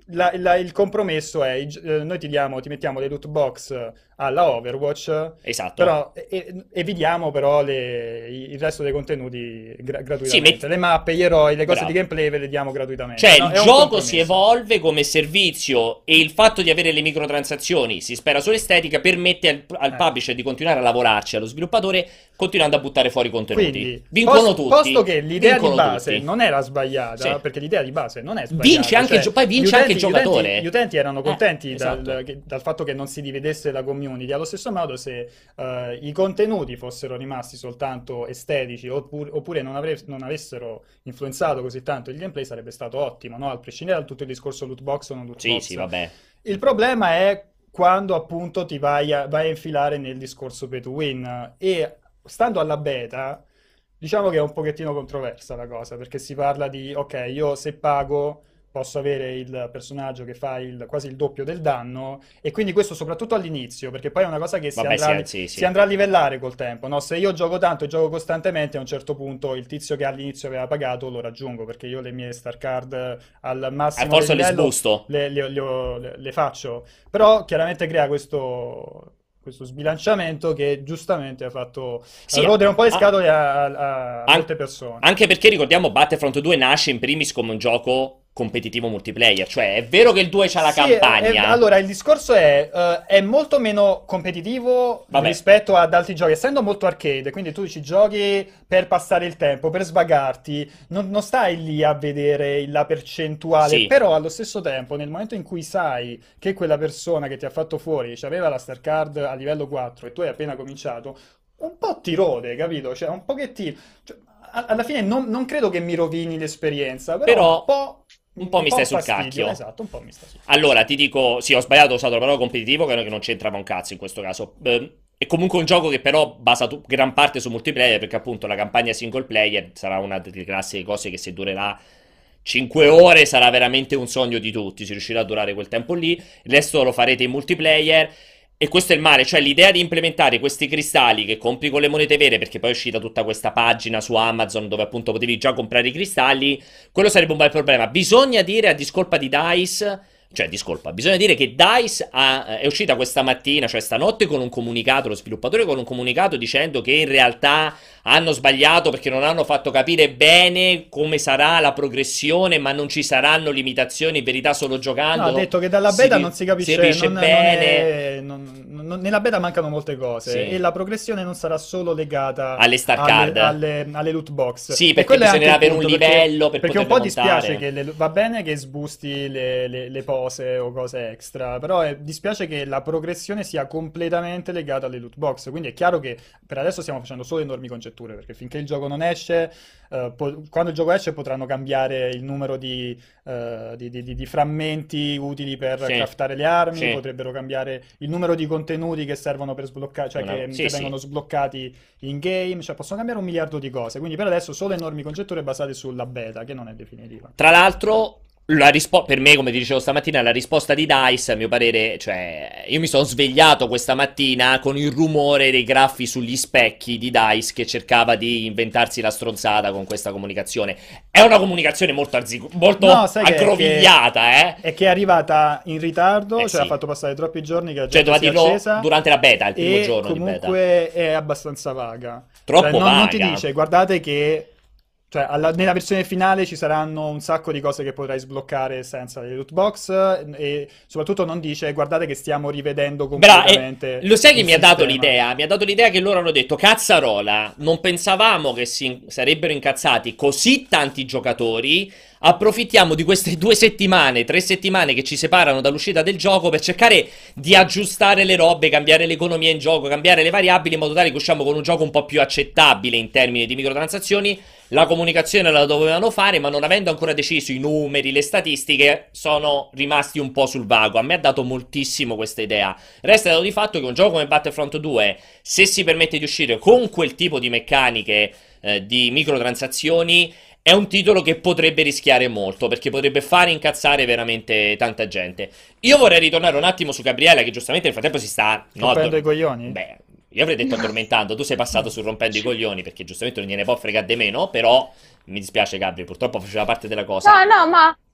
la- la- il compromesso è, i gi- eh, noi ti diamo, ti mettiamo le loot box alla Overwatch, Esatto. però e- e- evitiamo però le- i- il resto dei contenuti gra- gratuitamente. Sì, met- Le mappe, gli eroi, le cose Bravo. di gameplay ve le diamo gratuitamente. Cioè, No, il è un gioco compromesso. si evolve come servizio e il fatto di avere le microtransazioni, si spera sull'estetica, permette al, al Eh. publisher di continuare a lavorarci, allo sviluppatore, continuando a buttare fuori contenuti. Quindi, Vincono pos- tutti. posto che l'idea di Vincono base tutti. non era sbagliata, Sì. perché l'idea di base non è sbagliata. Vince anche il cioè, gio- poi vince gli anche il utenti- gli utenti- giocatore. Gli utenti erano Eh, contenti dal, esatto. che- dal fatto che non si dividesse la community. Allo stesso modo, se eh, i contenuti fossero rimasti soltanto estetici oppure, oppure non, avre- non avessero influenzato così tanto il gameplay, sarebbe stato ottimo, no? A prescindere da tutto il discorso loot box o non loot Sì, box. sì, vabbè. Il problema è quando appunto ti vai a, vai a infilare nel discorso pay to win e stando alla beta, diciamo che è un pochettino controversa la cosa, perché si parla di, ok, io se pago posso avere il personaggio che fa il- quasi il doppio del danno e quindi questo soprattutto all'inizio, perché poi è una cosa che si, Vabbè, andrà, sì, sì, sì. si andrà a livellare col tempo, no? Se io gioco tanto e gioco costantemente, a un certo punto il tizio che all'inizio aveva pagato lo raggiungo, perché io le mie star card al A massimo forza del le livello sbusto. le, le- le ho- le- le faccio, però chiaramente crea questo, questo sbilanciamento che giustamente ha fatto Sì, rodere un po' le a- scatole a, a- a An- molte persone. Anche perché ricordiamo Battlefront due nasce in primis come un gioco competitivo multiplayer, cioè è vero che il due c'ha la Sì, campagna. è- allora il discorso è, eh, è molto meno competitivo Vabbè. rispetto ad altri giochi, essendo molto arcade, quindi tu ci giochi per passare il tempo, per svagarti, non, non stai lì a vedere la percentuale, Sì. però allo stesso tempo nel momento in cui sai che quella persona che ti ha fatto fuori aveva la star card a livello quattro e tu hai appena cominciato, un po' ti rode, capito? Cioè un pochettino... cioè, a- alla fine non, non credo che mi rovini l'esperienza, però, Però un po'... un po' mi stai sul fastidio, cacchio. Esatto, un po' mi stai sul Allora, ti dico, sì, ho sbagliato, ho usato la parola competitivo, che che non c'entrava un cazzo in questo caso. Eh, è comunque un gioco che però basa tu- gran parte su multiplayer, perché appunto la campagna single player sarà una delle classiche cose che se durerà cinque ore sarà veramente un sogno di tutti, si riuscirà a durare quel tempo lì, il resto lo farete in multiplayer. E questo è il male, cioè l'idea di implementare questi cristalli che compri con le monete vere, perché poi è uscita tutta questa pagina su Amazon dove appunto potevi già comprare i cristalli, quello sarebbe un bel problema. Bisogna dire, a discolpa di DICE, cioè discolpa, bisogna dire che DICE ha- è uscita questa mattina, cioè stanotte, con un comunicato, lo sviluppatore con un comunicato dicendo che in realtà hanno sbagliato perché non hanno fatto capire bene come sarà la progressione, ma non ci saranno limitazioni, in verità solo giocando. No, ha detto che dalla si beta ri- non si capisce, si capisce non- non bene. è- non- non- nella beta mancano molte cose Sì. e la progressione non sarà solo legata Alle star card. alle, alle- alle loot box. Sì, E perché quello è anche bisognerà il avere un punto, perché- livello per perché un po' poterle dispiace montare. che le- va bene che sbusti le, le- le pose o cose extra, però è- dispiace che la progressione sia completamente legata alle loot box, quindi è chiaro che per adesso stiamo facendo solo enormi congetture, perché finché il gioco non esce, eh, po- quando il gioco esce potranno cambiare il numero di, eh, di- di- di- di frammenti utili per Sì. craftare le armi, Sì. potrebbero cambiare il numero di contenuti che servono per sbloccare, cioè Una- che, sì, che sì. vengono sbloccati in game, cioè possono cambiare un miliardo di cose, quindi per adesso solo enormi congetture basate sulla beta, che non è definitiva. Tra l'altro, la rispo- per me, come ti dicevo stamattina, la risposta di DICE, a mio parere, cioè, io mi sono svegliato questa mattina con il rumore dei graffi sugli specchi di DICE che cercava di inventarsi la stronzata con questa comunicazione. È una comunicazione molto, arzico- molto No, sai che- aggrovigliata, eh? È che è arrivata in ritardo, Eh, cioè sì. ha fatto passare troppi giorni che la Cioè, gente doveva si è dirlo accesa durante la beta, il primo e giorno di beta. comunque è abbastanza vaga. Troppo Cioè, non, non ti vaga. dice, guardate che cioè, alla- nella versione finale ci saranno un sacco di cose che potrai sbloccare senza le loot box e soprattutto non dice, guardate che stiamo rivedendo Bra, completamente eh, lo sai che il mi ha dato sistema. l'idea? Mi ha dato l'idea che loro hanno detto: cazzarola, non pensavamo che si sarebbero incazzati così tanti giocatori. Approfittiamo di queste due settimane, tre settimane che ci separano dall'uscita del gioco per cercare di aggiustare le robe, cambiare l'economia in gioco, cambiare le variabili in modo tale che usciamo con un gioco un po' più accettabile in termini di microtransazioni. La comunicazione la dovevano fare, ma non avendo ancora deciso i numeri, le statistiche, sono rimasti un po' sul vago. A me ha dato moltissimo questa idea. Resta dato di fatto che un gioco come Battlefront due, se si permette di uscire con quel tipo di meccaniche eh, di microtransazioni, è un titolo che potrebbe rischiare molto, perché potrebbe fare incazzare veramente tanta gente. Io vorrei ritornare un attimo su Gabriella, che giustamente nel frattempo si sta... no, Rompendo addor- i coglioni? Beh, io avrei detto addormentando, tu sei passato su rompendo i coglioni, perché giustamente non gliene può fregare di meno, però mi dispiace Gabri, purtroppo faceva parte della cosa. No, no, ma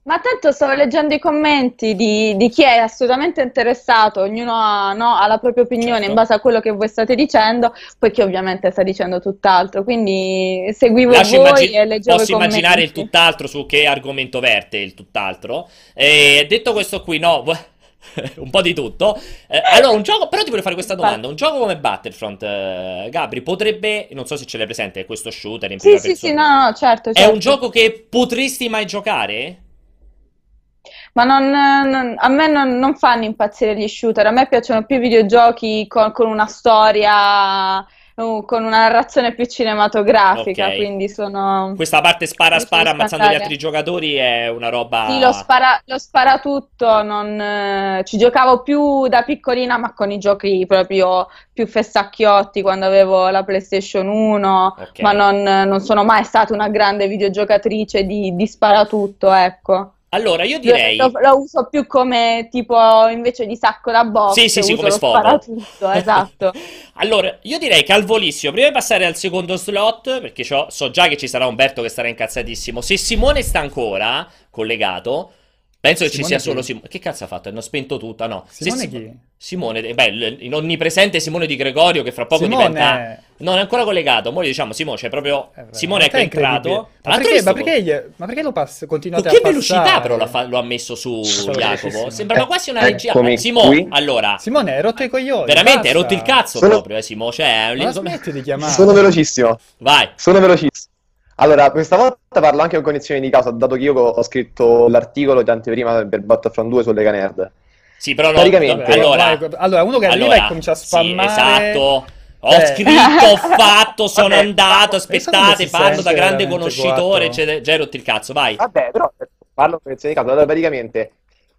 Ma tanto stavo leggendo i commenti di, di chi è assolutamente interessato, ognuno ha, no, ha la propria opinione Certo. in base a quello che voi state dicendo, poi chi ovviamente sta dicendo tutt'altro, quindi seguivo Lascio voi immagi- e leggevo posso i commenti. immaginare il tutt'altro su che argomento verte il tutt'altro. E detto questo qui, no, un po' di tutto. Eh, allora, un gioco, però ti voglio fare questa domanda. Un gioco come Battlefront, eh, Gabri, potrebbe, non so se ce l'hai presente, questo shooter in Sì, prima sì, sì, persona. no, no, certo, È certo. un gioco che potresti mai giocare? Ma non, non- a me non, non fanno impazzire gli shooter, a me piacciono più i videogiochi con, con una storia, uh, con una narrazione più cinematografica, Ok. quindi sono... Questa parte spara preferisco spara ammazzando gli andare- altri giocatori è una roba... Sì, lo spara, lo spara tutto, non, eh, ci giocavo più da piccolina, ma con i giochi proprio più fessacchiotti quando avevo la PlayStation uno, Ok. ma non, non sono mai stata una grande videogiocatrice di, di sparatutto, ecco. Allora, io Lo, direi... lo- lo uso più come tipo invece di sacco da box, Sì, sì, sì, uso come lo sfogo. sparatutto, esatto. Allora, io direi che al volissimo, prima di passare al secondo slot, perché c'ho- so già che ci sarà Umberto che sarà incazzatissimo. Se Simone sta ancora collegato, penso che ci Simone sia chi? solo Simone. Che cazzo ha fatto? Hanno spento tutto, no? Se Simone Sim- chi? Simone, eh, beh, il- in onnipresente Simone Di Gregorio che fra poco Simone- diventa... Non è ancora collegato, mo gli diciamo Simone, c'è proprio... Eh, Simone ecco è è entrato. incredibile. Tra Ma l'altro perché, visto ma con- perché, gli- ma perché lo pass- con continuate che a velocità passare? però l'ha fa- lo ha messo su Sono Jacopo? velocissimo. Sembrava quasi una regia. Eccomi Simone, qui. allora... Simone, hai rotto i coglioni. Veramente, hai basta. rotto il cazzo Sono- proprio, eh, Simo. Cioè, Ma smetti di chiamare. Sono velocissimo. vai. Sono velocissimo. Allora, questa volta parlo anche con cognizione di causa, dato che io ho scritto l'articolo di anteprima per Battlefront due sulle Nerd. Sì, però no. Praticamente- no, allora, Vai, allora, uno che arriva allora, e comincia a sì, spammare. esatto. Ho Eh. scritto, ho fatto, sono Vabbè, andato, adesso come aspettate, si parlo sente da grande veramente conoscitore, quattro? eccetera. Già hai rotto il cazzo, vai. Vabbè, però parlo con cognizione di causa. Allora, praticamente,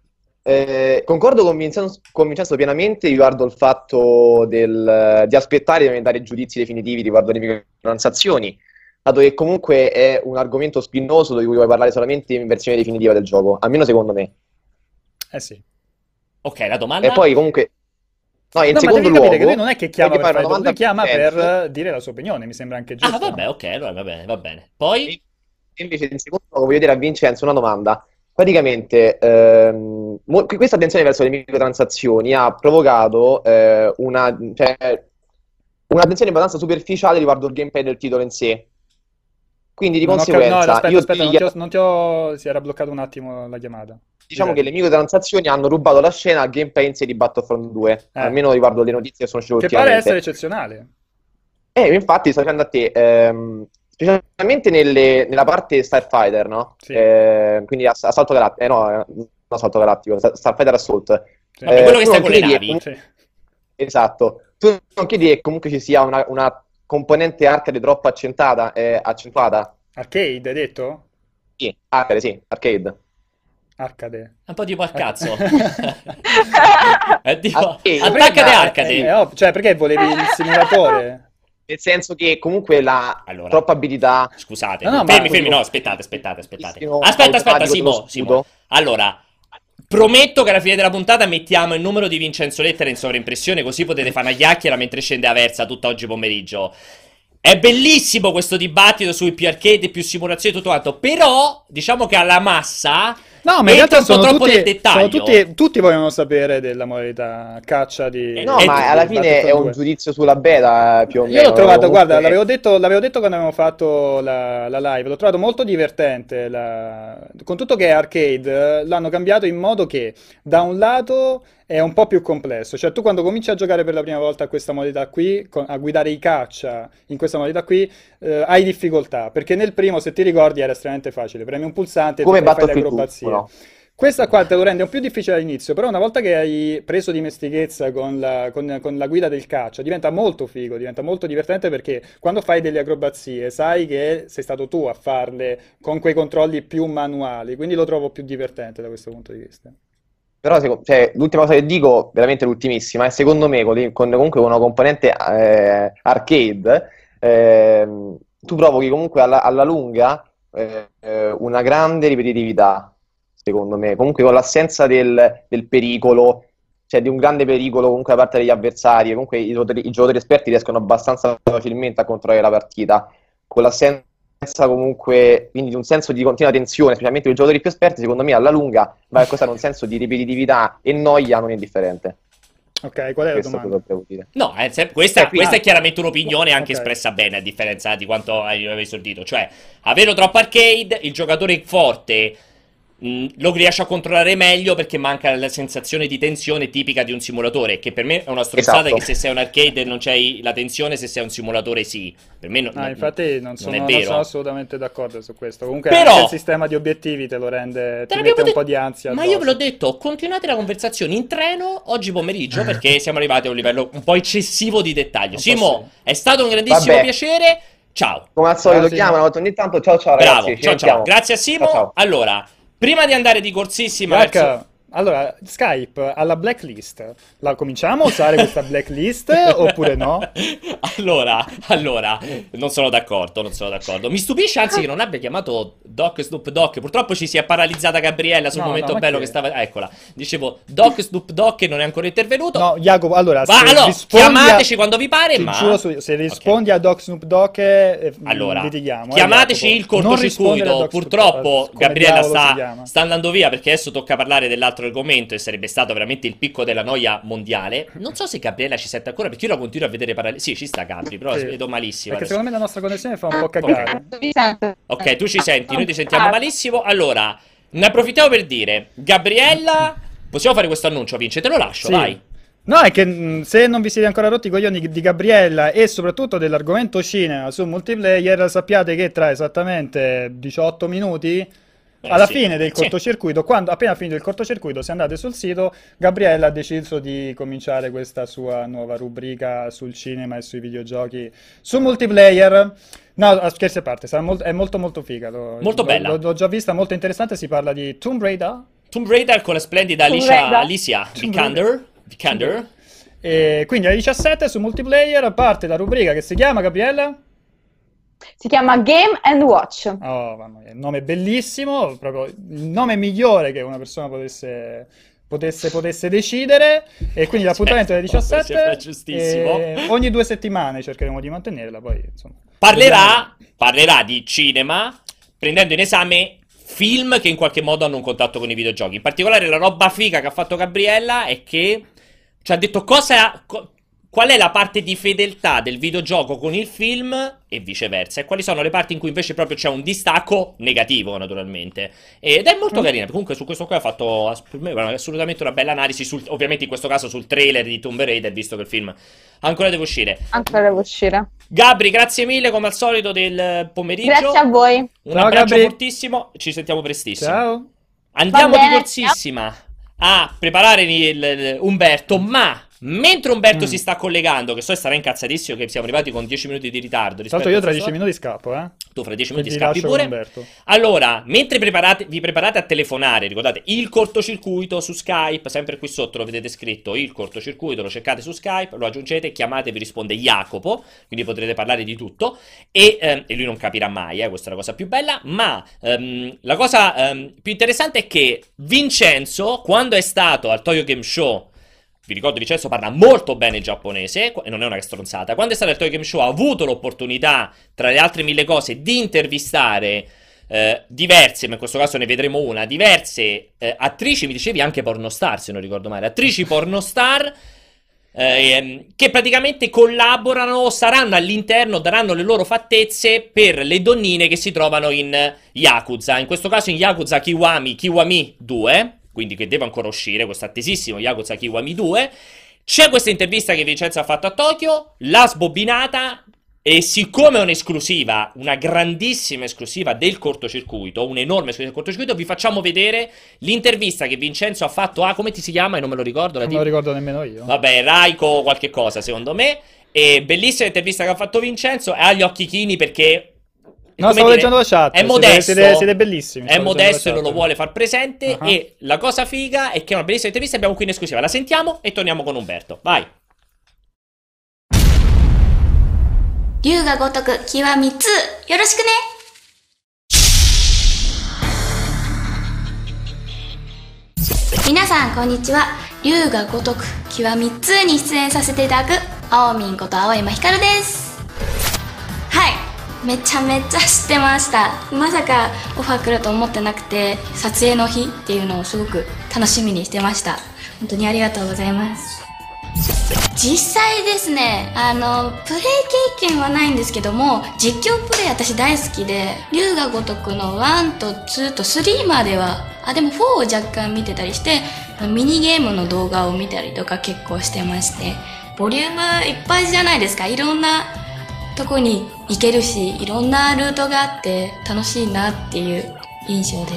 eh, concordo con Vincenzo, con Vincenzo pienamente riguardo il fatto del, di aspettare di dare giudizi definitivi riguardo le microtransazioni, dato che comunque è un argomento spinoso di cui puoi parlare solamente in versione definitiva del gioco, almeno secondo me. Eh sì. Ok, la domanda. E poi comunque, no, in No, ma secondo devi capire che luogo, lui non è che chiama voglio per fare fare una lui chiama domanda a per Vincenzo. eh, dire la sua opinione, mi sembra anche Ah, giusto. vabbè, ok, allora va bene, va bene. Poi, E invece in secondo luogo voglio dire a Vincenzo una domanda. Praticamente, ehm, mo- questa attenzione verso le microtransazioni ha provocato eh, una, cioè, un'attenzione abbastanza superficiale riguardo il gameplay del titolo in sé. Quindi di Non ho cap- conseguenza, no, aspetta, io aspetta, ti- non ti ho, non ti ho- si era bloccato un attimo la chiamata. diciamo che Direi. le microtransazioni hanno rubato la scena al gameplay in sé di Battlefront due, Eh. almeno riguardo le notizie che sono uscite Che pare ultimamente. essere eccezionale. E infatti sto dicendo a te, ehm, specialmente nelle- nella parte Starfighter, no? Sì. Eh, quindi ass- assalto galattico, eh, no, eh, non assalto galattico, Star- Starfighter Assault. Sì. vabbè, Eh, quello che tu sta non con le credi che navi. comunque- Sì. Esatto. Tu non credi che comunque ci sia una, una componente arcade troppo accentuata, eh, accentuata? Arcade, hai detto? Sì, arcade, sì, arcade. Arcade. Un po' tipo al cazzo. È tipo, Arcade. attaccate Ma- Arcade. Eh, eh, ov- cioè, perché volevi il simulatore? Nel senso che comunque la Allora. troppa abilità... Scusate, No, no, ma- fermi, fermi, no, aspettate, aspettate, aspettate. Bellissimo, Aspetta, aspetta, automatico Simo, sullo Simo. scudo. Allora, prometto che alla fine della puntata mettiamo il numero di Vincenzo Lettera in sovraimpressione, così potete fare una chiacchiera mentre scende Aversa tutta oggi pomeriggio. È bellissimo questo dibattito sui più arcade, più simulazioni e tutto quanto, però diciamo che alla massa No, ma in entra realtà un po' sono troppo tutti, nel dettaglio. sono tutti, tutti vogliono sapere della modalità caccia di... Eh, No, E ma tu- alla di fine è Battlefront un due. giudizio sulla beta, eh, più o meno. Io l'ho trovato, Comunque- guarda, l'avevo detto, l'avevo detto quando avevamo fatto la, la live, l'ho trovato molto divertente, la- con tutto che è arcade, eh, l'hanno cambiato in modo che da un lato è un po' più complesso, cioè tu quando cominci a giocare per la prima volta a questa modalità qui, con- a guidare i caccia in questa modalità qui, eh, hai difficoltà, perché nel primo, se ti ricordi, era estremamente facile, premi un pulsante e Come fai le Battlefield acrobazie. uno. Questa qua te lo rende un più difficile all'inizio, però una volta che hai preso dimestichezza con la, con- con la guida del caccia, diventa molto figo, diventa molto divertente perché quando fai delle acrobazie sai che sei stato tu a farle con quei controlli più manuali, quindi lo trovo più divertente da questo punto di vista. Però seco- cioè, l'ultima cosa che dico, veramente l'ultimissima, è secondo me con, con comunque una componente eh, arcade, ehm, tu provochi comunque alla, alla lunga eh, eh, una grande ripetitività, secondo me. Comunque con l'assenza del, del pericolo, cioè di un grande pericolo comunque da parte degli avversari, comunque i giocatori, i giocatori esperti riescono abbastanza facilmente a controllare la partita. Con l'assenza comunque, quindi di un senso di continua tensione, specialmente per i giocatori più esperti, secondo me alla lunga va a causare un senso di ripetitività e noia non indifferente. Ok, qual è la Questo domanda? devo dire. No, è se- questa, Eh, quindi- questa è chiaramente un'opinione anche Ok. espressa bene, a differenza di quanto avevi sentito. Cioè, avere troppo arcade, il giocatore forte mh, lo riesce a controllare meglio perché manca la sensazione di tensione tipica di un simulatore, che per me è una stronzata, Esatto. che se sei un arcade non c'hai la tensione, se sei un simulatore sì. Per me no- No, no- infatti non sono, è non vero. sono assolutamente d'accordo su questo. Comunque Però- anche il sistema di obiettivi te lo rende, Te ti l'abbiamo mette un detto- po' di ansia Ma addosso. io ve l'ho detto, continuate la conversazione in treno oggi pomeriggio perché siamo arrivati a un livello un po' eccessivo di dettaglio. Un po' Simo, sì. è stato un grandissimo Vabbè. piacere. Ciao. Come al solito Grazie. chiamano ogni tanto, ciao ciao Bravo, ragazzi, ci ciao ciao. sentiamo. Grazie a Simo. Ciao, ciao. Allora, prima di andare di corsissima Jack, verso... allora, Skype alla blacklist. La cominciamo a usare questa blacklist oppure no? Allora, allora, non sono d'accordo, non sono d'accordo. Mi stupisce anzi che non abbia chiamato Doc Snoop Dogg. Purtroppo ci si è paralizzata Gabriella sul No, momento no, ma bello che- che stava... ah, eccola. Dicevo, Doc Snoop Dogg che non è ancora intervenuto. No, Jacopo, allora, Ma se allora, rispondi a- chiamateci quando vi pare, ti ma... giuro su- se rispondi a Doc Snoop Dogg, eh, Allora, litighiamo. eh, chiamateci Jacopo. il Non rispondere a cortocircuito. Doc Snoop Purtroppo Dogg, come Gabriella diavolo si sta, chiama. sta andando via perché adesso tocca parlare dell'altro argomento e sarebbe stato veramente il picco della noia mondiale. Non so se Gabriella ci sente ancora perché io la continuo a vedere paralleli. Sì, ci sta Gabri, però Sì. vedo malissimo. Perché adesso. secondo me la nostra connessione fa un po' cagare. Vi sento. Ok, tu ci senti, noi ti sentiamo malissimo. Allora, ne approfittiamo per dire, Gabriella, possiamo fare questo annuncio, Vince? Te lo lascio, Sì. vai. No, è che mh, se non vi siete ancora rotti i coglioni di Gabriella e soprattutto dell'argomento cinema su multiplayer, sappiate che tra esattamente diciotto minuti, Eh, alla sì. fine del Sì. cortocircuito, quando appena finito il cortocircuito, se andate sul sito, Gabriella ha deciso di cominciare questa sua nuova rubrica sul cinema e sui videogiochi su multiplayer. No, scherzi a parte, sarà molt- è molto molto figa. Lo- Molto lo- bella. lo- L'ho già vista, molto interessante. Si parla di Tomb Raider. Tomb Raider con la splendida Tomb Alicia, Raider. Alicia Tomb Vikander. Vikander. E quindi alle diciassette su multiplayer parte la rubrica che si chiama, Gabriella? Si chiama Game and Watch. Oh, mamma mia, il nome è bellissimo, proprio il nome migliore che una persona potesse, potesse, potesse decidere. E quindi l'appuntamento è alle Aspetta, diciassette. sembra giustissimo. E ogni due settimane cercheremo di mantenerla. Poi, insomma, Parlerà, parlerà di cinema, prendendo in esame film che in qualche modo hanno un contatto con i videogiochi. In particolare la roba figa che ha fatto Gabriella è che ci ha detto cosa... co- qual è la parte di fedeltà del videogioco con il film e viceversa, e quali sono le parti in cui invece proprio c'è un distacco negativo, naturalmente. Ed è molto carina. Comunque su questo qua ha fatto ass- per me, guarda, assolutamente una bella analisi, sul- ovviamente in questo caso sul trailer di Tomb Raider, visto che il film ancora deve uscire. Ancora deve uscire. Gabri, grazie mille come al solito del pomeriggio. Grazie a voi. Un Ciao, abbraccio Gabri. fortissimo, ci sentiamo prestissimo. ciao. Andiamo Va di bene, corsissima a preparare il, il- Umberto, ma mentre Umberto Mm. si sta collegando, che so sarà incazzatissimo che siamo arrivati con dieci minuti di ritardo Tra rispetto l'altro io a tra questo- dieci minuti scappo, eh. Tu fra dieci minuti Quindi scappi lascio con pure. Umberto. Allora, mentre preparate, vi preparate a telefonare, ricordate il cortocircuito su Skype, sempre qui sotto lo vedete scritto il cortocircuito, lo cercate su Skype, lo aggiungete, chiamate, vi risponde Jacopo, quindi potrete parlare di tutto e, ehm, e lui non capirà mai, eh, questa è la cosa più bella, ma ehm, la cosa ehm, più interessante è che Vincenzo, quando è stato al Tokyo Game Show, vi ricordo Vincenzo parla molto bene il giapponese e non è una stronzata. Quando è stato al Tokyo Game Show ha avuto l'opportunità, tra le altre mille cose, di intervistare eh, diverse, ma in questo caso ne vedremo una, diverse eh, attrici, mi dicevi anche pornostar se non ricordo male, attrici pornostar ehm, che praticamente collaborano, saranno all'interno, daranno le loro fattezze per le donnine che si trovano in Yakuza, in questo caso in Yakuza Kiwami, Kiwami due, quindi che deve ancora uscire, questo attesissimo Yakuza Kiwami due. C'è questa intervista che Vincenzo ha fatto a Tokyo, l'ha sbobbinata e siccome è un'esclusiva, una grandissima esclusiva del cortocircuito, un'enorme esclusiva del cortocircuito, vi facciamo vedere l'intervista che Vincenzo ha fatto a, come ti si chiama? Non me lo ricordo. La Non me lo ricordo nemmeno io. Vabbè, Raiko qualche cosa secondo me. E bellissima intervista che ha fatto Vincenzo, e ha gli occhi chini perché... No, come stavo dire, leggendo la chat. è siete- modesto, siete, siete bellissimi. è stavo leggendo modesto e la non lo chat. vuole far presente. Ah. E la cosa figa è che è una bellissima intervista, abbiamo qui in esclusiva. La sentiamo e torniamo con Umberto. Vai. 龍が如く極みつよろしくね。皆さんこんにちは。龍が如く極みつに出演させていただくあおみんこと青山ひかるです。はい、 めちゃめちゃ知ってました。まさかオファー来ると思ってなくて、撮影の日っていうのをすごく楽しみにしてました。本当にありがとうございます。実際ですね、あのプレイ経験はないんですけども、実況プレイ私大好きで、龍が如くのワンとツーとスリーまでは、あでもフォーを若干見てたりして、ミニゲームの動画を見たりとか結構してまして、ボリュームいっぱいじゃないですか。いろんなとこに行けるし、いろんなルートがあって楽しいなっていう印象です。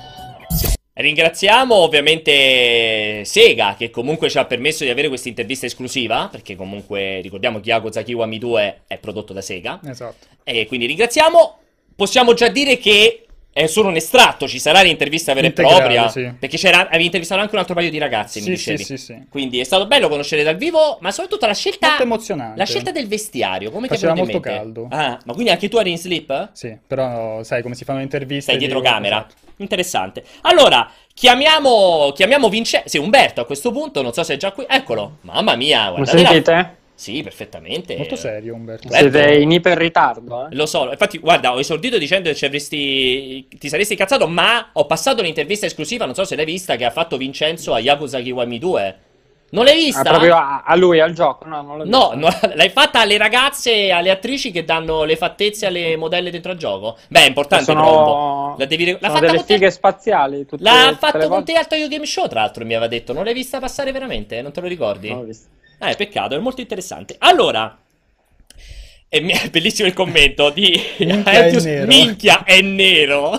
Ringraziamo ovviamente Sega, che comunque ci ha permesso di avere questa intervista esclusiva, perché comunque ricordiamo che Yakuza Kiwami due è prodotto da Sega. Esatto. E quindi ringraziamo. Possiamo già dire che è solo un estratto, ci sarà l'intervista vera e Integrale, propria, sì. Perché c'era, avevi intervistato anche un altro paio di ragazze, mi Sì, dicevi. sì, sì, sì. Quindi è stato bello conoscere dal vivo, ma soprattutto la scelta, Molto emozionante. la scelta del vestiario, come ti è Faceva venuto in molto mente? caldo. Ah, ma quindi anche tu eri in slip? Sì, però sai come si fanno le interviste. Stai dietro di- camera. Esatto. Interessante. Allora, chiamiamo, chiamiamo Vincenzo. Sì, Umberto a questo punto, non so se è già qui. Eccolo. Mamma mia, Lo guardate la- sentite? Sì, perfettamente. Molto serio, Umberto. Umberto. Siete in iper ritardo, eh? Lo so, infatti, guarda, ho esordito dicendo che ci avresti, ti saresti incazzato, ma ho passato l'intervista esclusiva, non so se l'hai vista, che ha fatto Vincenzo a Yakuza Kiwami due. Non l'hai vista? Ah, proprio a, a lui, al gioco? No, non l'ho No, visto. no, l'hai fatta alle ragazze, alle attrici che danno le fattezze alle modelle dentro al gioco? Beh, è importante, Sono, Trombo. La devi... L'ha sono fatta delle con te... fighe spaziali. Tutte, L'ha tutte fatto le con volte. te al Tokyo Game Show, tra l'altro, mi aveva detto. Non l'hai vista passare veramente? Non te lo ricordi? Non l'ho visto. Eh, peccato, è molto interessante. Allora, è mi- è bellissimo il commento di Minchia, è Etios- nero. Minchia, è nero.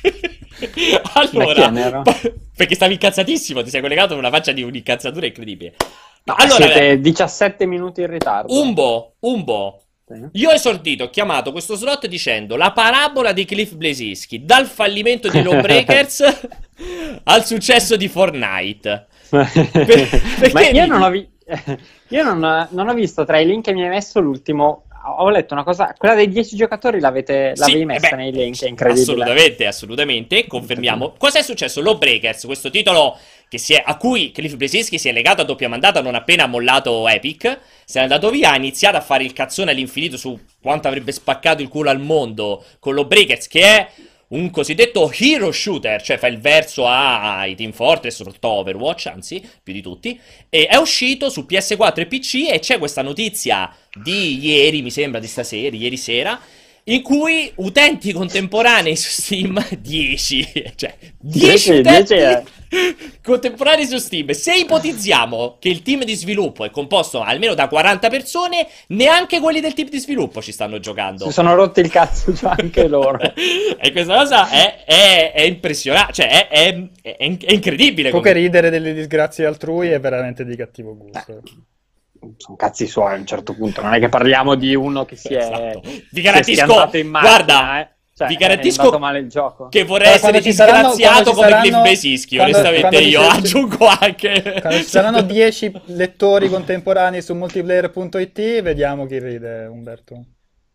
Allora, Ma chi è nero? perché stavi incazzatissimo, ti sei collegato con una faccia di un'incazzatura incredibile. No, Allora, siete diciassette minuti in ritardo. Umbo, Umbo, Sì. io ho esordito, ho chiamato questo slot dicendo la parabola di Cliff Bleszinski, dal fallimento di Lawbreakers al successo di Fortnite. perché Ma io ridi? non ho, vi- io non, non ho visto tra i link che mi hai messo l'ultimo. Ho letto una cosa, quella dei dieci giocatori l'avete, Sì, l'avevi eh messa beh, nei link, è incredibile. Assolutamente, assolutamente, confermiamo. Cosa è successo? Lawbreakers, questo titolo che si è, a cui Cliff Bleszinski si è legato a doppia mandata non appena ha mollato Epic, se n'è andato via, ha iniziato a fare il cazzone all'infinito su quanto avrebbe spaccato il culo al mondo con Lawbreakers, che è un cosiddetto hero shooter, cioè fa il verso a- ai Team Fortress, soprattutto Overwatch, anzi, più di tutti, e è uscito su P S quattro e P C e c'è questa notizia di ieri, mi sembra, di stasera, ieri sera, in cui utenti contemporanei su Steam, dieci, cioè dieci dieci, utenti dieci è- contemporanei su Steam. Se ipotizziamo che il team di sviluppo è composto almeno da quaranta persone, neanche quelli del team di sviluppo ci stanno giocando. Si sono rotti il cazzo già anche loro. E questa cosa è, è, è impressionante, cioè è, è, è, è incredibile. Tu come- che ridere delle disgrazie altrui è veramente di cattivo gusto. Sono cazzi suoi a un certo punto. Non è che parliamo di uno che si è, Esatto. Vi si è garantisco, schiantato in macchina, guarda, eh. Cioè, vi è garantisco andato male il gioco. che vorrei Allora, essere quando ci saranno- disgraziato quando ci come saranno- Cliff Bleszinski, quando- onestamente quando io ci- aggiungo anche... Quando ci saranno dieci lettori contemporanei su multiplayer punto it, vediamo chi ride, Umberto.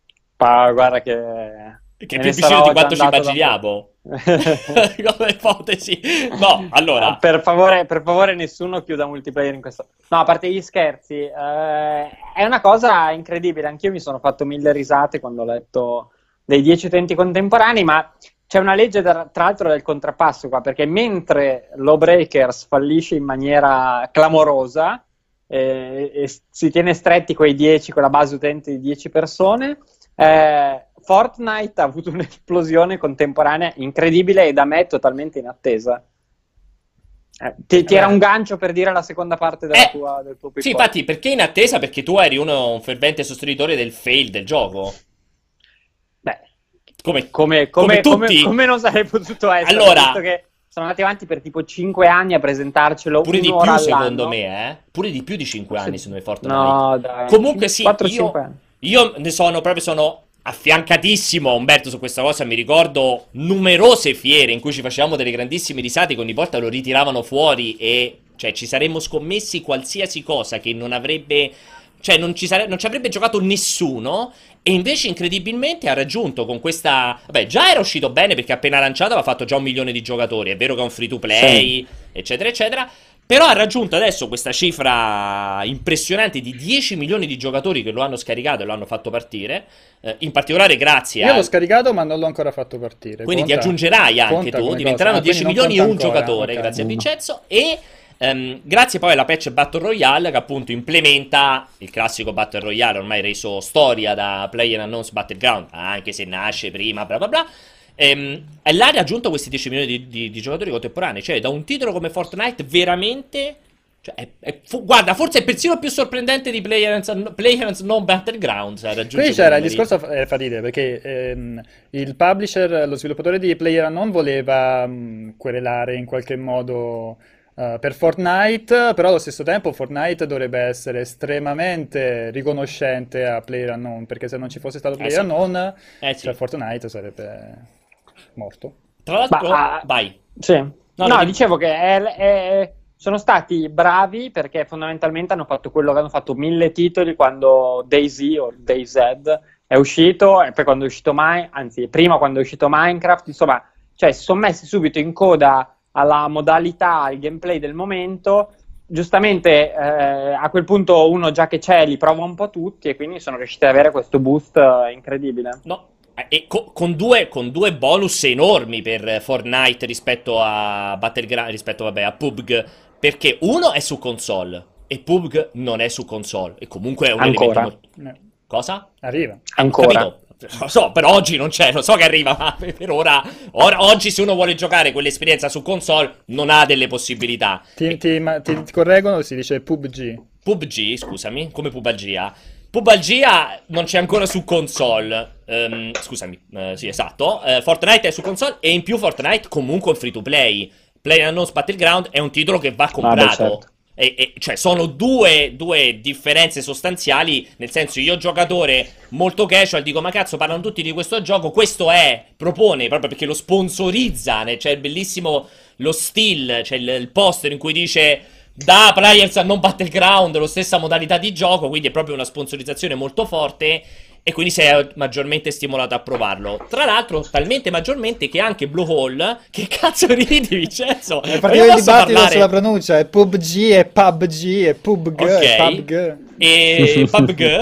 Ma guarda che... Che è me più ne vicino sarò di già quanto ci andato da- immaginiamo. Come ipotesi. No, allora... Per favore, per favore nessuno chiuda multiplayer in questo... No, a parte gli scherzi, eh, è una cosa incredibile. Anch'io mi sono fatto mille risate quando ho letto dei dieci utenti contemporanei, ma c'è una legge tra tra l'altro del contrappasso qua, perché mentre Lawbreakers fallisce in maniera clamorosa eh, e si tiene stretti quei dieci, quella base utente di dieci persone, eh, Fortnite ha avuto un'esplosione contemporanea incredibile e da me totalmente inattesa. Eh, ti, ti era un gancio per dire la seconda parte della Eh, tua, del tuo Sì, piccolo. infatti, perché in attesa? Perché tu eri uno, un fervente sostenitore del fail del gioco. Beh, Come, come, come come, tutti. come, come non sarei potuto essere, Allora- visto che sono andati avanti per tipo cinque anni a presentarcelo Pure di un'ora più, all'anno. secondo me, eh. Pure di più di cinque Forse- anni, secondo me, Fortnite. No, dai. Comunque sì, quattro io, cinque anni. io ne sono proprio sono affiancatissimo a Umberto su questa cosa. Mi ricordo numerose fiere in cui ci facevamo delle grandissime risate che ogni volta lo ritiravano fuori e cioè ci saremmo scommessi qualsiasi cosa che non avrebbe cioè non ci, sare- non ci avrebbe giocato nessuno. E invece incredibilmente ha raggiunto con questa... Vabbè, già era uscito bene perché appena lanciato aveva fatto già un milione di giocatori. È vero che è un free to play, eccetera eccetera. Però ha raggiunto adesso questa cifra impressionante di dieci milioni di giocatori che lo hanno scaricato e lo hanno fatto partire, eh, in particolare grazie Io a... l'ho scaricato ma non l'ho ancora fatto partire. Quindi Conta- ti aggiungerai anche conta tu, come diventeranno cosa. Ah, dieci quindi non milioni e un conta ancora. giocatore, Ok. grazie a Vincenzo, e ehm, grazie poi alla patch Battle Royale che appunto implementa il classico Battle Royale ormai reso storia da PlayerUnknown's Battleground, anche se nasce prima, bla bla bla. Ehm, e l'ha raggiunto questi dieci milioni di, di, di giocatori contemporanei, cioè da un titolo come Fortnite veramente... Cioè, è, è, fu- guarda, forse è persino più sorprendente di PlayerUnknown's PlayerUnknown's Battlegrounds a raggiungere Qui c'era il quel discorso eh, fa ridere perché ehm, il publisher, lo sviluppatore di PlayerUnknown voleva mh, querelare in qualche modo eh, per Fortnite, però allo stesso tempo Fortnite dovrebbe essere estremamente riconoscente a PlayerUnknown, perché se non ci fosse stato Eh sì. PlayerUnknown, Eh sì. cioè Fortnite sarebbe morto. Tra l'altro, Ma- vai. Sì. No, No, no, di- dicevo che è- è- sono stati bravi perché fondamentalmente hanno fatto quello che hanno fatto mille titoli quando DayZ o DayZ è uscito, e poi quando è uscito Mine, anzi prima quando è uscito Minecraft, insomma, cioè si sono messi subito in coda alla modalità, al gameplay del momento. Giustamente eh, a quel punto uno già che c'è li prova un po' tutti e quindi sono riusciti ad avere questo boost eh, incredibile. No, e co- con, due, con due bonus enormi per Fortnite rispetto a Battleground, rispetto vabbè, a P U B G, perché uno è su console e P U B G non è su console e comunque è un Ancora. elemento molto... Eh, Cosa? Arriva. Ancora. Capito? Lo so, però oggi non c'è, lo so che arriva, ma per ora, ora oggi se uno vuole giocare quell'esperienza su console non ha delle possibilità. Ti, ti, ma- ti- ti correggono, si dice P U B G. P U B G, scusami, come Pubalgia. Pubalgia non c'è ancora su console. Ehm, scusami, eh, sì, esatto. Eh, Fortnite è su console e in più Fortnite comunque è free to play. PlayerUnknown's Battleground è un titolo che va comprato. Ah, beh, certo. E, e- cioè sono due, due differenze sostanziali, nel senso io giocatore molto casual dico ma cazzo parlano tutti di questo gioco, questo è, propone proprio perché lo sponsorizza, ne- c'è il bellissimo lo still, c'è il, il poster in cui dice da PlayerUnknown's Battleground, lo stessa modalità di gioco, quindi è proprio una sponsorizzazione molto forte e quindi sei maggiormente stimolato a provarlo. Tra l'altro talmente maggiormente che anche Bluehole, che cazzo ridi Vincenzo? È Ma partito io il posso dibattito parlare- sulla pronuncia, è P U B G, è P U B G, è P U B G, Ok. è P U B G. E P U B G.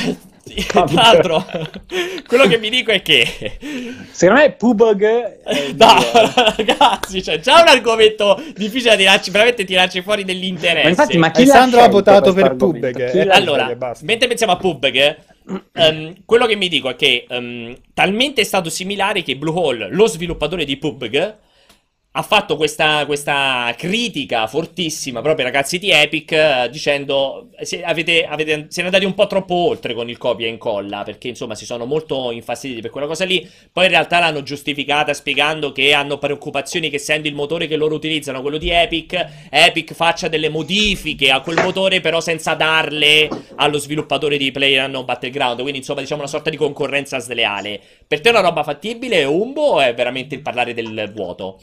Tra l'altro, quello che vi dico è che Secondo me P U B G è no, ragazzi, c'è già un argomento difficile da tirarci, veramente tirarci fuori dell'interesse. Ma infatti, ma chi l'ha Alessandro ha scelto votato questo per P U B G. argomento? Chi eh. l'ha- Allora, e basta. mentre pensiamo a P U B G, ehm, quello che mi dico è che ehm, talmente è stato similare che Bluehole, lo sviluppatore di P U B G, ha fatto questa, questa critica fortissima proprio ai ragazzi di Epic eh, dicendo se avete, avete, siete andati un po' troppo oltre con il copia e incolla perché insomma si sono molto infastiditi per quella cosa lì, poi in realtà l'hanno giustificata spiegando che hanno preoccupazioni che essendo il motore che loro utilizzano quello di Epic, Epic faccia delle modifiche a quel motore però senza darle allo sviluppatore di PlayerUnknown's Battleground, quindi insomma diciamo una sorta di concorrenza sleale. Per te è una roba fattibile, Umbo, o è veramente il parlare del vuoto?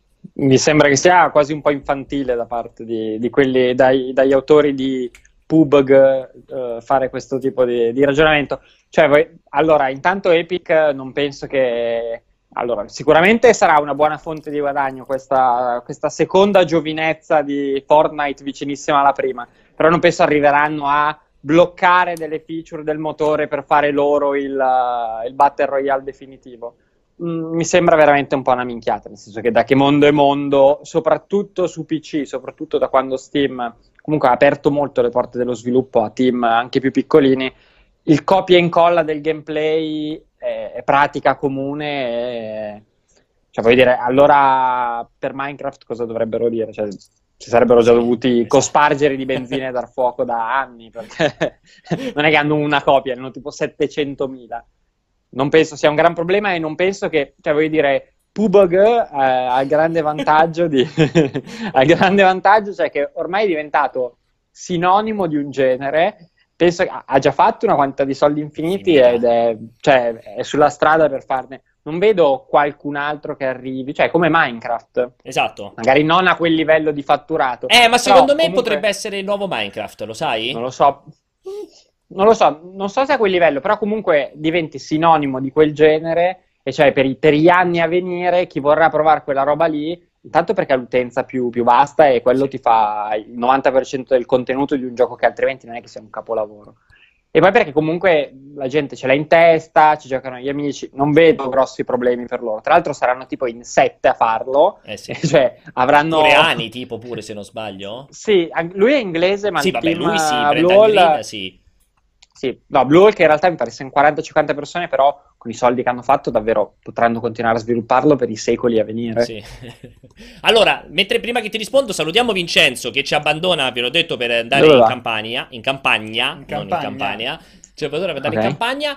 Mi sembra che sia quasi un po' infantile da parte di, di quelli, dai, dagli autori di P U B G eh, fare questo tipo di, di ragionamento. Cioè, voi, allora, intanto Epic non penso che... Allora, sicuramente sarà una buona fonte di guadagno questa, questa seconda giovinezza di Fortnite vicinissima alla prima, però non penso arriveranno a bloccare delle feature del motore per fare loro il, il Battle Royale definitivo. Mi sembra veramente un po' una minchiata, nel senso che da che mondo è mondo, soprattutto su P C, soprattutto da quando Steam comunque ha aperto molto le porte dello sviluppo a team anche più piccolini, il copia e incolla del gameplay è, è pratica comune e, cioè voglio dire, allora per Minecraft cosa dovrebbero dire? Cioè, si sarebbero già dovuti cospargere di benzina e dar fuoco da anni, perché non è che hanno una copia, hanno tipo settecentomila. Non penso sia un gran problema e non penso che, cioè voglio dire, P U B G eh, ha il grande vantaggio di ha il grande vantaggio, cioè che ormai è diventato sinonimo di un genere, penso che ha già fatto una quantità di soldi infiniti ed è, cioè, è sulla strada per farne. Non vedo qualcun altro che arrivi, cioè come Minecraft. Esatto. Magari non a quel livello di fatturato. Eh, ma però secondo me comunque- potrebbe essere il nuovo Minecraft, lo sai? Non lo so. Non lo so, non so se a quel livello, però comunque diventi sinonimo di quel genere e cioè per, i, per gli anni a venire chi vorrà provare quella roba lì intanto perché ha l'utenza più, più vasta e quello ti fa il novanta per cento del contenuto di un gioco che altrimenti non è che sia un capolavoro. E poi perché comunque la gente ce l'ha in testa, ci giocano gli amici, non vedo grossi problemi per loro. Tra l'altro saranno tipo in sette a farlo, Eh sì. cioè avranno... Coreani tipo pure, se non sbaglio. Sì, an- lui è inglese, ma Sì, il vabbè, team lui sì, eh, Brendan Blue Hole- Green, sì. Sì, no, Blue Hole che in realtà mi pare siano quaranta cinquanta persone, però con i soldi che hanno fatto davvero potranno continuare a svilupparlo per i secoli a venire. Sì. Allora, mentre prima che ti rispondo, salutiamo Vincenzo che ci abbandona, vi l'ho detto, per andare Dove in va? campagna, in campagna, In non in campagna. Campania. Ci abbandona per andare Ok. in campagna.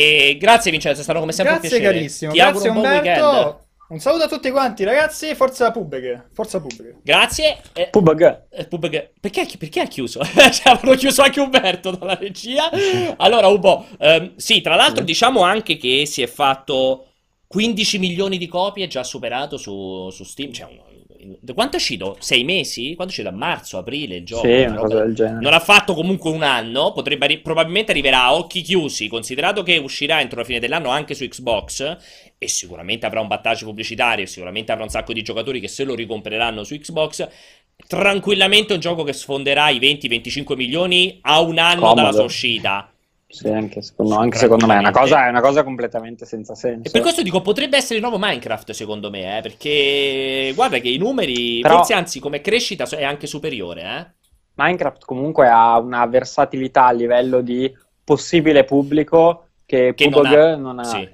E grazie Vincenzo, è stato come sempre Grazie un piacere. carissimo, Ti grazie auguro un buon weekend. Umberto. Un saluto a tutti quanti ragazzi, forza pubbliche, forza pubbliche. Grazie. Eh, Pubag. eh, Pubag- Perché, perché ha chiuso? Ci avevano chiuso anche Umberto dalla regia. Allora, Ubo, ehm, sì, tra l'altro diciamo anche che si è fatto quindici milioni di copie, già superato su, su Steam. Cioè, un- da quanto è uscito? Sei mesi? Quando è uscito? A marzo, aprile il gioco? Sì, Una una roba- cosa del genere. Non ha fatto comunque un anno, potrebbe arri- probabilmente arriverà a occhi chiusi, considerato che uscirà entro la fine dell'anno anche su Xbox e sicuramente avrà un battage pubblicitario, sicuramente avrà un sacco di giocatori che se lo ricompreranno su Xbox. Tranquillamente un gioco che sfonderà i venti venticinque milioni a un anno Comodo. dalla sua uscita. Sì, anche secondo, anche secondo me è una, cosa, è una cosa completamente senza senso. E per questo dico, potrebbe essere il nuovo Minecraft, secondo me, eh, perché guarda che i numeri, Però- forse anzi come crescita è anche superiore, eh. Minecraft comunque ha una versatilità a livello di possibile pubblico che, Che non Pubog ha. non ha. Sì.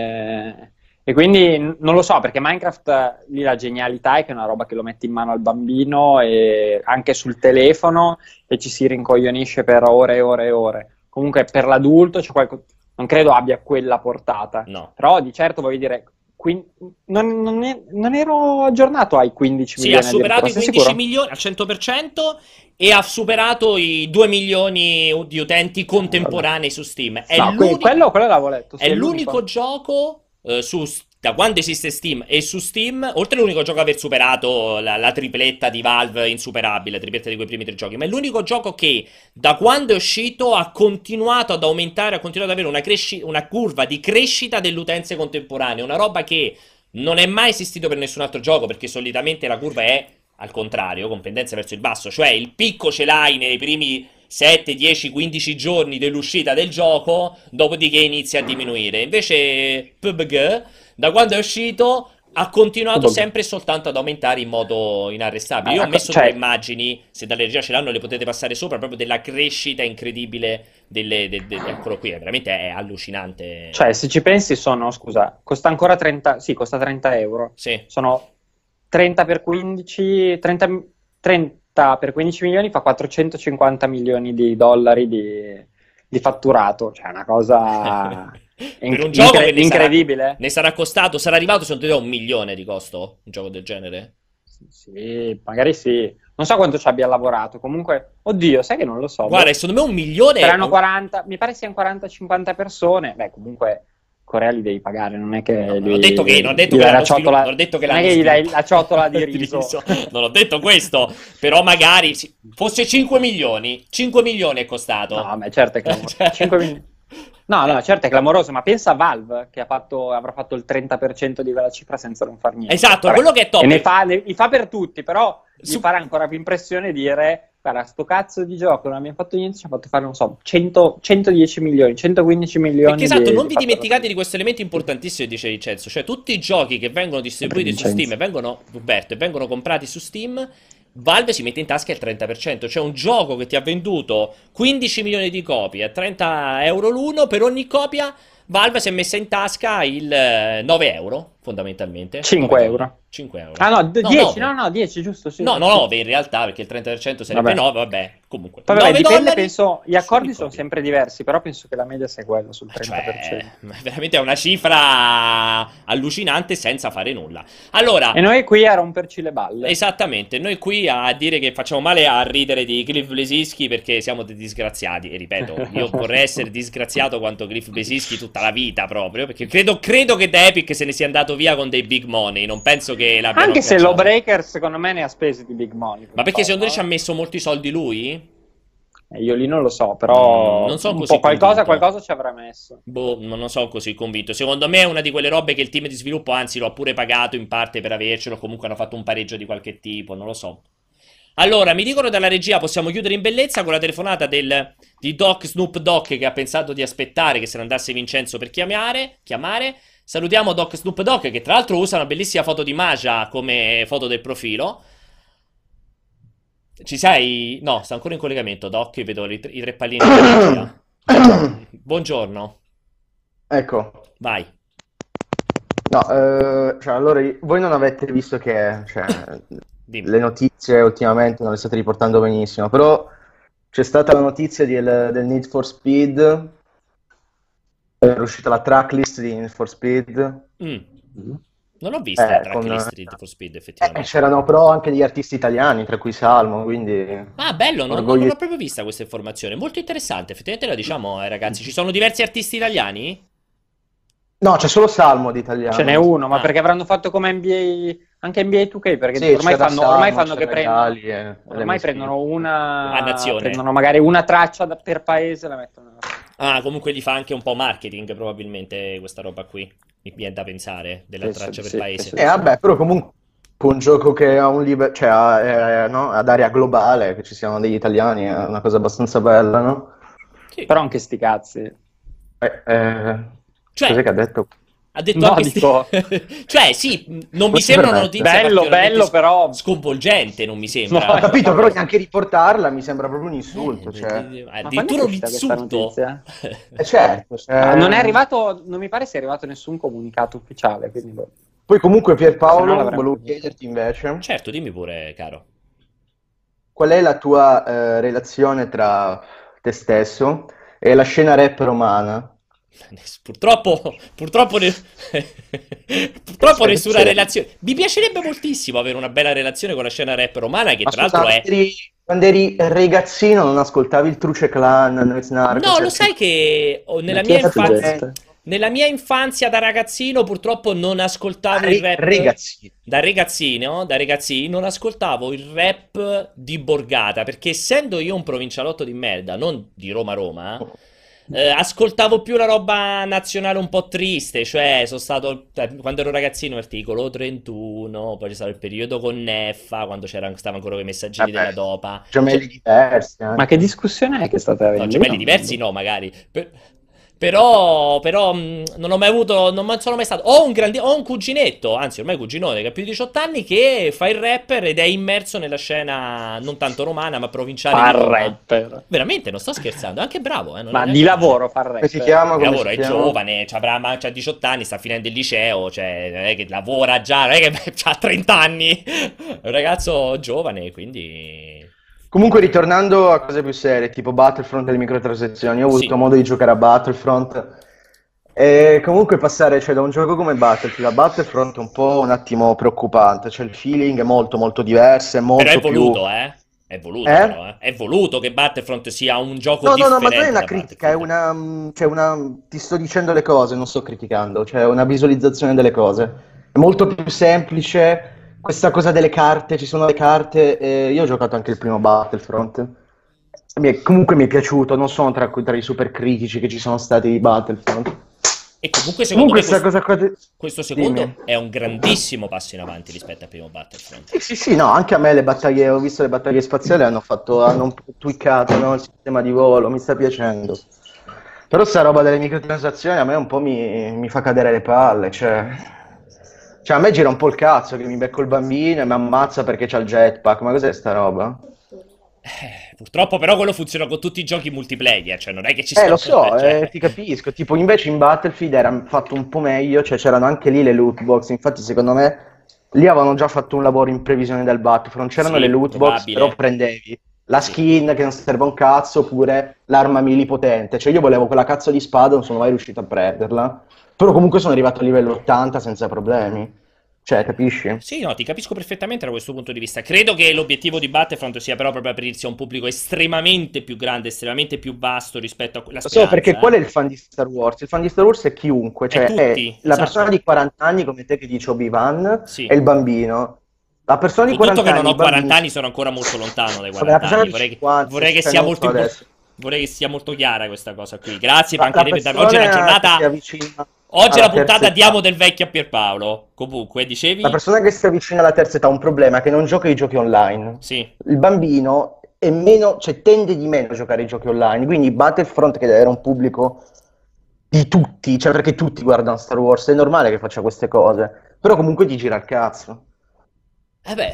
E, e quindi n- non lo so, perché Minecraft eh, lì la genialità è che è una roba che lo metti in mano al bambino e anche sul telefono e ci si rincoglionisce per ore e ore e ore. Comunque per l'adulto c'è qualco... non credo abbia quella portata. No. Però di certo voglio dire, quin- non, non è- non ero aggiornato ai quindici Sì, milioni. ha superato i addirittura, sei quindici sicuro? milioni al cento per cento e ha superato i due milioni di utenti contemporanei su Steam. È No, que- l'unico, quello, quello l'avevo letto. sì, è è l'unico gioco eh, su, da quando esiste Steam e su Steam, oltre all'unico gioco a aver superato la, la tripletta di Valve insuperabile, la tripletta di quei primi tre giochi, ma è l'unico gioco che da quando è uscito ha continuato ad aumentare, ha continuato ad avere una, cresci- una curva di crescita delle utenze contemporanee, una roba che non è mai esistito per nessun altro gioco, perché solitamente la curva è al contrario, con pendenza verso il basso, cioè il picco ce l'hai nei primi sette, dieci, quindici giorni dell'uscita del gioco, dopodiché inizia a diminuire. Invece P U B G, da quando è uscito, ha continuato P U B G. sempre e soltanto ad aumentare in modo inarrestabile. Io ho Ah, messo cioè- delle immagini, se dalle regia ce l'hanno le potete passare sopra, proprio della crescita incredibile delle... de- de- de- eccolo qui, è veramente è allucinante. Cioè, se ci pensi sono, scusa, costa ancora trenta, sì, costa trenta euro. Sì. Sono trenta per quindici, trenta, trenta per quindici milioni fa quattrocentocinquanta milioni di dollari di, di fatturato. Cioè, è una cosa Per un gioco che ne sarà- incredibile. Ne sarà costato, sarà arrivato secondo te a un milione di costo? Un gioco del genere? Sì, magari sì. Non so quanto ci abbia lavorato. Comunque, oddio, sai che non lo so. Guarda, secondo me un milione... Saranno quaranta, mi pare siano quaranta cinquanta persone. Beh, comunque Corea li devi pagare, non è che No, gli- non ho detto che, non ho detto gli che dai l'hanno la ciotola, svilupp- non ho detto che non è l'hanno che gli dai svilupp- la ciotola di riso. Non ho detto questo, però magari sì, fosse cinque milioni, cinque milioni è costato. No, ma certo è clamoroso. Cioè- cinque mil- No, no, certo è clamoroso, ma pensa a Valve che ha fatto, avrà fatto il trenta per cento di quella cifra senza non far niente. Esatto, Vabbè, quello che è top. E ne fa, ne, li fa per tutti, però gli Su- farà ancora più impressione dire, guarda, sto cazzo di gioco non abbiamo fatto niente, ci ha fatto fare, non so, cento, centodieci milioni, centoquindici milioni. Perché esatto, di- non di vi dimenticate fatturato. di questo elemento importantissimo che dice Vincenzo, cioè tutti i giochi che vengono distribuiti su Vincenzo. Steam e vengono, Roberto, e vengono comprati su Steam, Valve si mette in tasca il trenta per cento, cioè un gioco che ti ha venduto quindici milioni di copie a trenta euro l'uno, per ogni copia Valve si è messa in tasca il eh, nove euro, fondamentalmente. cinque nove euro. cinque euro. Ah no, d- dieci, nove. no, no, dieci, giusto, sì. No, sì. no, nove in realtà, perché il trenta per cento sarebbe Vabbè. nove, vabbè, comunque. Poi vabbè, nove dipende, dollari penso, gli su accordi ogni sono copia. sempre diversi, però penso che la media sia quella sul trenta per cento. Cioè, veramente è una cifra allucinante senza fare nulla. Allora, E noi qui a romperci le balle. esattamente, noi qui a dire che facciamo male a ridere di Cliff Bleszinski perché siamo dei disgraziati. E ripeto, io vorrei essere disgraziato quanto Cliff Bleszinski tutta la vita proprio, perché credo, credo che da Epic se ne sia andato via con dei big money. Non penso che l'abbiano Anche se abbracciato. Lawbreaker secondo me ne ha spesi di big money. Ma perché secondo te no? ci ha messo molti soldi lui? Eh, io lì non lo so, però Mm, non sono un così po' qualcosa, convinto. qualcosa ci avrà messo. Boh, non ne sono così convinto. Secondo me è una di quelle robe che il team di sviluppo, anzi, lo ha pure pagato in parte per avercelo. Comunque hanno fatto un pareggio di qualche tipo, non lo so. Allora, mi dicono dalla regia, possiamo chiudere in bellezza con la telefonata del, di Doc Snoop Dogg che ha pensato di aspettare che se ne andasse Vincenzo per chiamare. chiamare. Salutiamo Doc Snoop Dogg che tra l'altro usa una bellissima foto di Maja come foto del profilo. Ci sei? No, sta ancora in collegamento, Doc. Io vedo i, i tre pallini della regia. Buongiorno, Ecco, vai. no, eh, cioè, allora voi non avete visto che cioè, Dimmi. le notizie ultimamente non le state riportando benissimo, però c'è stata la notizia del, del Need for Speed, è uscita la tracklist di Need for Speed, Mm. Non l'ho vista la eh, con, tracklist di Need for Speed, eh, effettivamente. c'erano però anche degli artisti italiani, tra cui Salmo, quindi Ah, bello, non, non orgoglio. l'ho proprio vista questa informazione. Molto interessante, effettivamente la diciamo ai ragazzi. Ci sono diversi artisti italiani? No, c'è solo Salmo di italiano. Ce n'è uno, ma Ah. perché avranno fatto come N B A, anche N B A due K, perché Sì, ormai c'era fanno, Salmo, ormai fanno che c'era prendono, Gali e- e le ormai Miss prendono una, A nazione. prendono magari una traccia da- per paese e la mettono. Ah, comunque gli fa anche un po' marketing, probabilmente, questa roba qui. Mi viene da pensare, della Sì, traccia sì, per sì, paese. sì, Eh, vabbè, però comunque un gioco che ha un livello, cioè ha, eh, no, ad area globale, che ci siano degli italiani, è una cosa abbastanza bella, no? Sì. Però anche sti cazzi. Eh, eh, Cioè, cos'è che ha detto? ha detto No, anche sti- dico- cioè, sì, non mi Forse sembra una per me. notizia Bello, particolarmente bello, però- sconvolgente, non mi sembra. No, Ho capito, però neanche riportarla mi sembra proprio un insulto, Eh, cioè. eh, Ma addirittura quando è un uscita questa insulto. notizia? Eh, certo, cioè- Ah, non è arrivato, non mi pare sia arrivato nessun comunicato ufficiale, quindi boh. Poi comunque Se no Pierpaolo, l'avremmo volevo capito. chiederti invece, Certo, dimmi pure, caro. qual è la tua eh, relazione tra te stesso e la scena rap romana? Purtroppo, purtroppo, ne- purtroppo Sì, nessuna sì. relazione. Mi piacerebbe moltissimo avere una bella relazione con la scena rap romana, che Ma tra scusa, l'altro è. quando eri, quando eri ragazzino non ascoltavi il Truce Clan, Noise Narcos? No, lo Certi- sai che oh, nella Ma chi mia è stato infanzia, detto? nella mia infanzia da ragazzino purtroppo non ascoltavo il Re- rap. ragazzino. Da ragazzino, da ragazzino non ascoltavo il rap di Borgata, perché essendo io un provincialotto di merda, non di Roma-Roma, eh, ascoltavo più la roba nazionale un po' triste, cioè sono stato, eh, quando ero ragazzino, articolo trentuno, poi c'è stato il periodo con Neffa, quando c'era, stava ancora con i messaggini Vabbè, della Dopa. Gemelli diversi anche. Ma che discussione è che state avendo? No, gemelli diversi no, magari. Per- Però, però mh, non ho mai avuto, non ma- sono mai stato. Ho un, grandi- ho un cuginetto, anzi ormai cuginone, che ha più di diciotto anni, che fa il rapper ed è immerso nella scena non tanto romana, ma provinciale Fa di il Roma. rapper. Veramente, non sto scherzando, è anche bravo, eh, non è Ma neanche di male. lavoro fa il Come si rapper. chiama? Di Come lavoro, si è chiama? giovane, c'avrà, ma c'ha diciotto anni, sta finendo il liceo, cioè non è che lavora già, non è che ha trenta anni, è un ragazzo giovane, quindi. Comunque, ritornando a cose più serie, tipo Battlefront e le microtransazioni, io ho avuto Sì. modo di giocare a Battlefront e comunque passare, cioè, da un gioco come Battlefield a Battlefront è un po' un attimo preoccupante, cioè il feeling è molto molto diverso, è molto Però è più... voluto, eh? È voluto, Eh? però, eh? È voluto che Battlefront sia un gioco No, no, no, ma non è differente una da critica, è Battlefield. una, cioè una... ti sto dicendo le cose, non sto criticando, cioè è una visualizzazione delle cose. È molto più semplice, questa cosa delle carte, ci sono le carte, e io ho giocato anche il primo Battlefront. Mi è- comunque mi è piaciuto, non sono tra, tra i super critici che ci sono stati di Battlefront. E comunque secondo Comunque me questa questo, cosa qua... de- questo secondo Dimmi. è un grandissimo passo in avanti rispetto al primo Battlefront. Sì, sì, sì, no, anche a me le battaglie, ho visto le battaglie spaziali, hanno fatto, hanno un po' tweakato, no, il sistema di volo, mi sta piacendo. Però sta roba delle microtransazioni a me un po' mi, mi fa cadere le palle, cioè... Cioè a me gira un po' il cazzo che mi becco il bambino e mi ammazza perché c'ha il jetpack, ma cos'è sta roba? Eh, purtroppo però quello funziona con tutti i giochi multiplayer, cioè non è che ci Eh, sono... lo so, cioè- eh, ti capisco, tipo invece in Battlefield era fatto un po' meglio, cioè c'erano anche lì le loot box, infatti secondo me lì avevano già fatto un lavoro in previsione del Battlefront, c'erano Sì, le loot box, probabile. però prendevi la Sì. skin che non serve a un cazzo, oppure l'arma milipotente, cioè io volevo quella cazzo di spada, non sono mai riuscito a prenderla, però comunque sono arrivato a livello ottanta senza problemi, cioè capisci? Sì, no, ti capisco perfettamente da questo punto di vista. Credo che l'obiettivo di Battlefront sia però proprio aprirsi a un pubblico estremamente più grande, estremamente più vasto rispetto a quella Lo so, perché speranza, qual eh. è il fan di Star Wars? Il fan di Star Wars è chiunque, cioè tutti, è la esatto. persona di quaranta anni come te che dice Obi-Wan Sì. e il bambino. La persona di Con tutto quaranta che non anni, ho quaranta bambini- anni, sono ancora molto lontano dai Sono la quaranta persona anni. di Vorrei che, cinquanta, vorrei che sia sessanta molto impo- adesso. vorrei che sia molto chiara questa cosa qui. Grazie, La, la mancherebbe da oggi è persona la che si giornata. avvicina Oggi è alla la puntata terza Diamo età. del vecchio a Pierpaolo. Comunque, dicevi? La persona che si avvicina alla terza età ha un problema, che non gioca ai giochi online. Sì. Il bambino è meno, cioè tende di meno a giocare ai giochi online, quindi Battlefront, che era un pubblico di tutti, cioè perché tutti guardano Star Wars, è normale che faccia queste cose, però comunque ti gira il cazzo. Eh beh,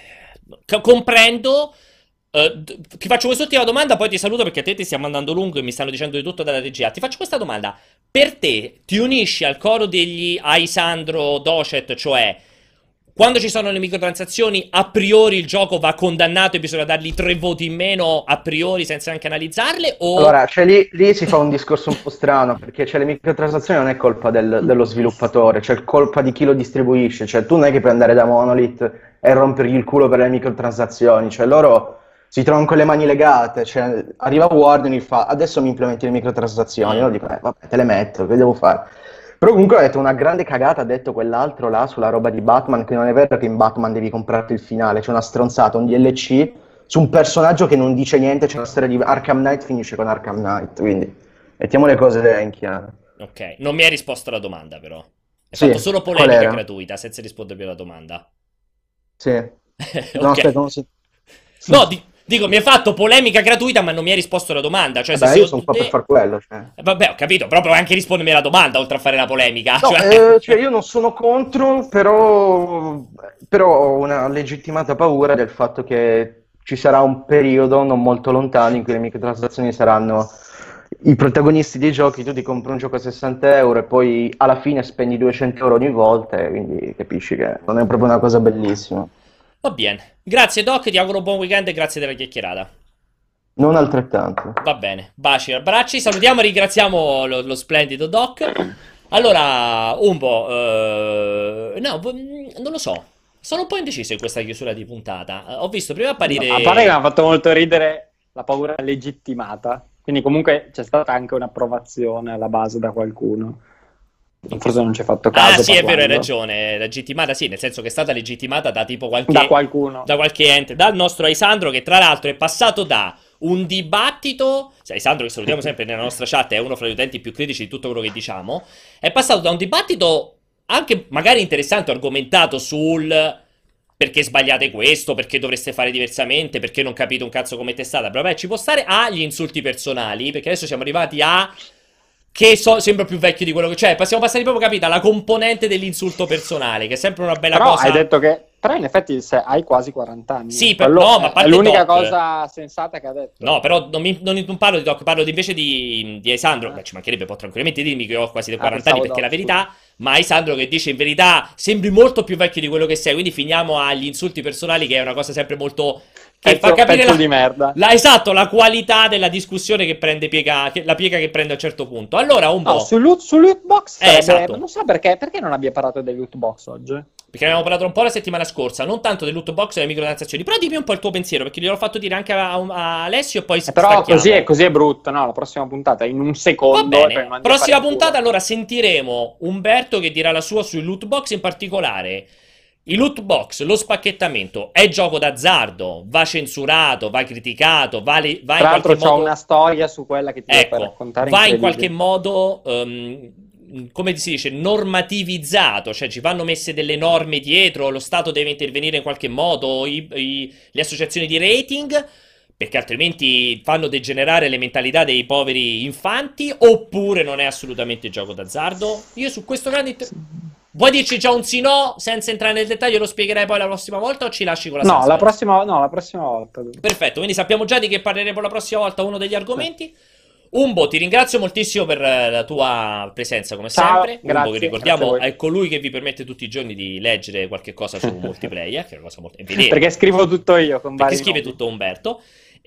c- comprendo. Eh, d- ti faccio quest'ultima domanda, poi ti saluto perché a te ti stiamo andando lungo e mi stanno dicendo di tutto dalla regia. Ti faccio questa domanda. Per te, ti unisci al coro degli Aisandro Docet, cioè quando ci sono le microtransazioni, a priori il gioco va condannato e bisogna dargli tre voti in meno a priori senza neanche analizzarle? O... Allora, cioè, lì, lì si fa un discorso un po' strano, perché cioè, le microtransazioni non è colpa del- dello sviluppatore, cioè è colpa di chi lo distribuisce, cioè tu non è che puoi andare da Monolith e rompergli il culo per le microtransazioni, cioè loro si trovano con le mani legate, cioè arriva Warden e gli fa adesso mi implementi le microtransazioni, io dico eh, vabbè te le metto, che devo fare? Però comunque ha detto una grande cagata, ha detto quell'altro là sulla roba di Batman, che non è vero che in Batman devi comprarti il finale, c'è una stronzata, un D L C su un personaggio che non dice niente, c'è una storia di Arkham Knight, finisce con Arkham Knight, quindi mettiamo le cose in chiaro. Ok, non mi hai risposto alla domanda però. Hai Sì, fatto solo qual polemica era? gratuita senza rispondere alla domanda. Sì. No, Ok. aspetta, non si... No, di- dico, mi hai fatto polemica gratuita ma non mi hai risposto alla domanda. Cioè, se Vabbè, io secondo sono qua te- per far quello, cioè. Eh, Vabbè, ho capito, però puoi anche rispondermi alla domanda oltre a fare la polemica. No, cioè- eh, cioè io non sono contro, però, però ho una legittimata paura del fatto che ci sarà un periodo non molto lontano in cui le microtransazioni saranno i protagonisti dei giochi, tu ti compri un gioco a sessanta euro e poi alla fine spendi duecento euro ogni volta, e quindi capisci che non è proprio una cosa bellissima. Va bene. Grazie Doc, ti auguro buon weekend e grazie della chiacchierata. Non altrettanto. Va bene, baci e abbracci, salutiamo e ringraziamo lo, lo splendido Doc. Allora, Umbo, eh, no, v- non lo so, sono un po' indeciso in questa chiusura di puntata. Eh, Ho visto prima apparire... A parte che mi ha fatto molto ridere la paura legittimata, quindi comunque c'è stata anche un'approvazione alla base da qualcuno. Forse non ci hai fatto caso. Ah sì, è vero, hai parlando. ragione, legittimata sì, nel senso che è stata legittimata da tipo qualche... Da qualcuno. da qualche ente, dal nostro Aisandro che tra l'altro è passato da un dibattito, cioè Aisandro che salutiamo sempre nella nostra chat, è uno fra gli utenti più critici di tutto quello che diciamo, è passato da un dibattito anche magari interessante, argomentato sul perché sbagliate questo, perché dovreste fare diversamente, perché non capite un cazzo come testata, però vabbè ci può stare, agli insulti personali, perché adesso siamo arrivati a... che so, sembra più vecchio di quello che c'è. Siamo passati proprio, capita, alla componente dell'insulto personale, che è sempre una bella Però cosa. hai detto che... Però in effetti se hai quasi quaranta anni. Sì, per- Quello no, ma a è- parte è l'unica Doc. cosa sensata che ha detto. No, però non, mi- non, non parlo di Doc, parlo di- invece di, di Aisandro. Beh, ci mancherebbe, può tranquillamente dirmi che ho quasi dei Ah, quaranta anni, pensavo perché è la Doc, verità. Ma Aisandro che dice in verità sembri molto più vecchio di quello che sei. Quindi finiamo agli insulti personali, che è una cosa sempre molto... che Pezzo, fa capire pezzo la, di merda. la- esatto, la qualità della discussione che prende piega, che- la piega che prende a un certo punto. Allora, un po'... No, su loot, su loot box Eh, sarebbe- esatto. non so perché, perché non abbia parlato dei loot box oggi. Perché ne abbiamo parlato un po' la settimana scorsa, non tanto del loot box e delle microtransazioni. Però dimmi un po' il tuo pensiero, perché gliel'ho fatto dire anche a, a Alessio e poi Eh, però stacchiamo. così è, così è brutto, no? La prossima puntata in un secondo. Va e poi bene, mandi a prossima fare il puntata culo. allora sentiremo Umberto che dirà la sua sui loot box, in particolare i loot box, lo spacchettamento è gioco d'azzardo, va censurato, va criticato, va, le- va in Tra l'altro qualche c'ho modo... una storia su quella che ti devo Ecco, raccontare. va in incredibile. qualche modo, ehm, come si dice, normativizzato, cioè ci vanno messe delle norme dietro, lo Stato deve intervenire in qualche modo, i- i- le associazioni di rating, perché altrimenti fanno degenerare le mentalità dei poveri infanti, oppure non è assolutamente gioco d'azzardo? Io su questo grande... inter- Vuoi dirci già un sì no, senza entrare nel dettaglio, lo spiegherai poi la prossima volta o ci lasci con la No, suspense? la prossima, no, la prossima volta. Perfetto, quindi sappiamo già di che parleremo la prossima volta, uno degli argomenti. Umbo, ti ringrazio moltissimo per eh, la tua presenza, come Ciao, sempre. Umbo, grazie, che grazie ricordiamo, a voi. è colui che vi permette tutti i giorni di leggere qualche cosa su multiplayer, che è una cosa molto... e vedere, Perché scrivo tutto io con perché vari scrive nomi. tutto Umberto.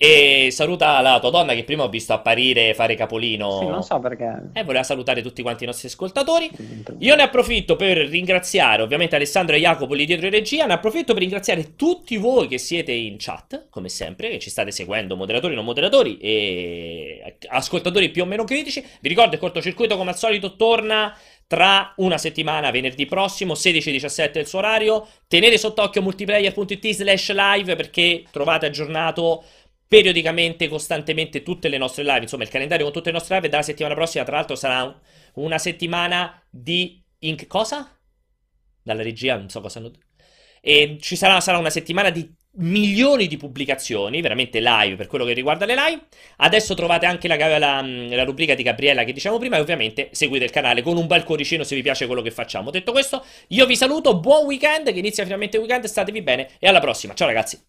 E saluta la tua donna che prima ho visto apparire e fare capolino. Sì, non so perché. E voleva salutare tutti quanti i nostri ascoltatori. Io ne approfitto per ringraziare ovviamente Alessandro e Jacopo lì dietro in regia. Ne approfitto per ringraziare tutti voi che siete in chat, come sempre, che ci state seguendo, moderatori, non moderatori e ascoltatori più o meno critici. Vi ricordo il cortocircuito come al solito torna tra una settimana, venerdì prossimo, sedici diciassette il suo orario. Tenete sott'occhio multiplayer.it slash live perché trovate aggiornato periodicamente, costantemente tutte le nostre live, insomma il calendario con tutte le nostre live. E dalla settimana prossima, tra l'altro, sarà una settimana di... In... cosa? Dalla regia, non so cosa hanno... E ci sarà, sarà una settimana di milioni di pubblicazioni, veramente live per quello che riguarda le live. Adesso trovate anche la, la, la rubrica di Gabriella che diciamo prima, e ovviamente seguite il canale con un bel cuoricino se vi piace quello che facciamo. Detto questo, io vi saluto, buon weekend, che inizia finalmente il weekend, statevi bene e alla prossima, ciao ragazzi.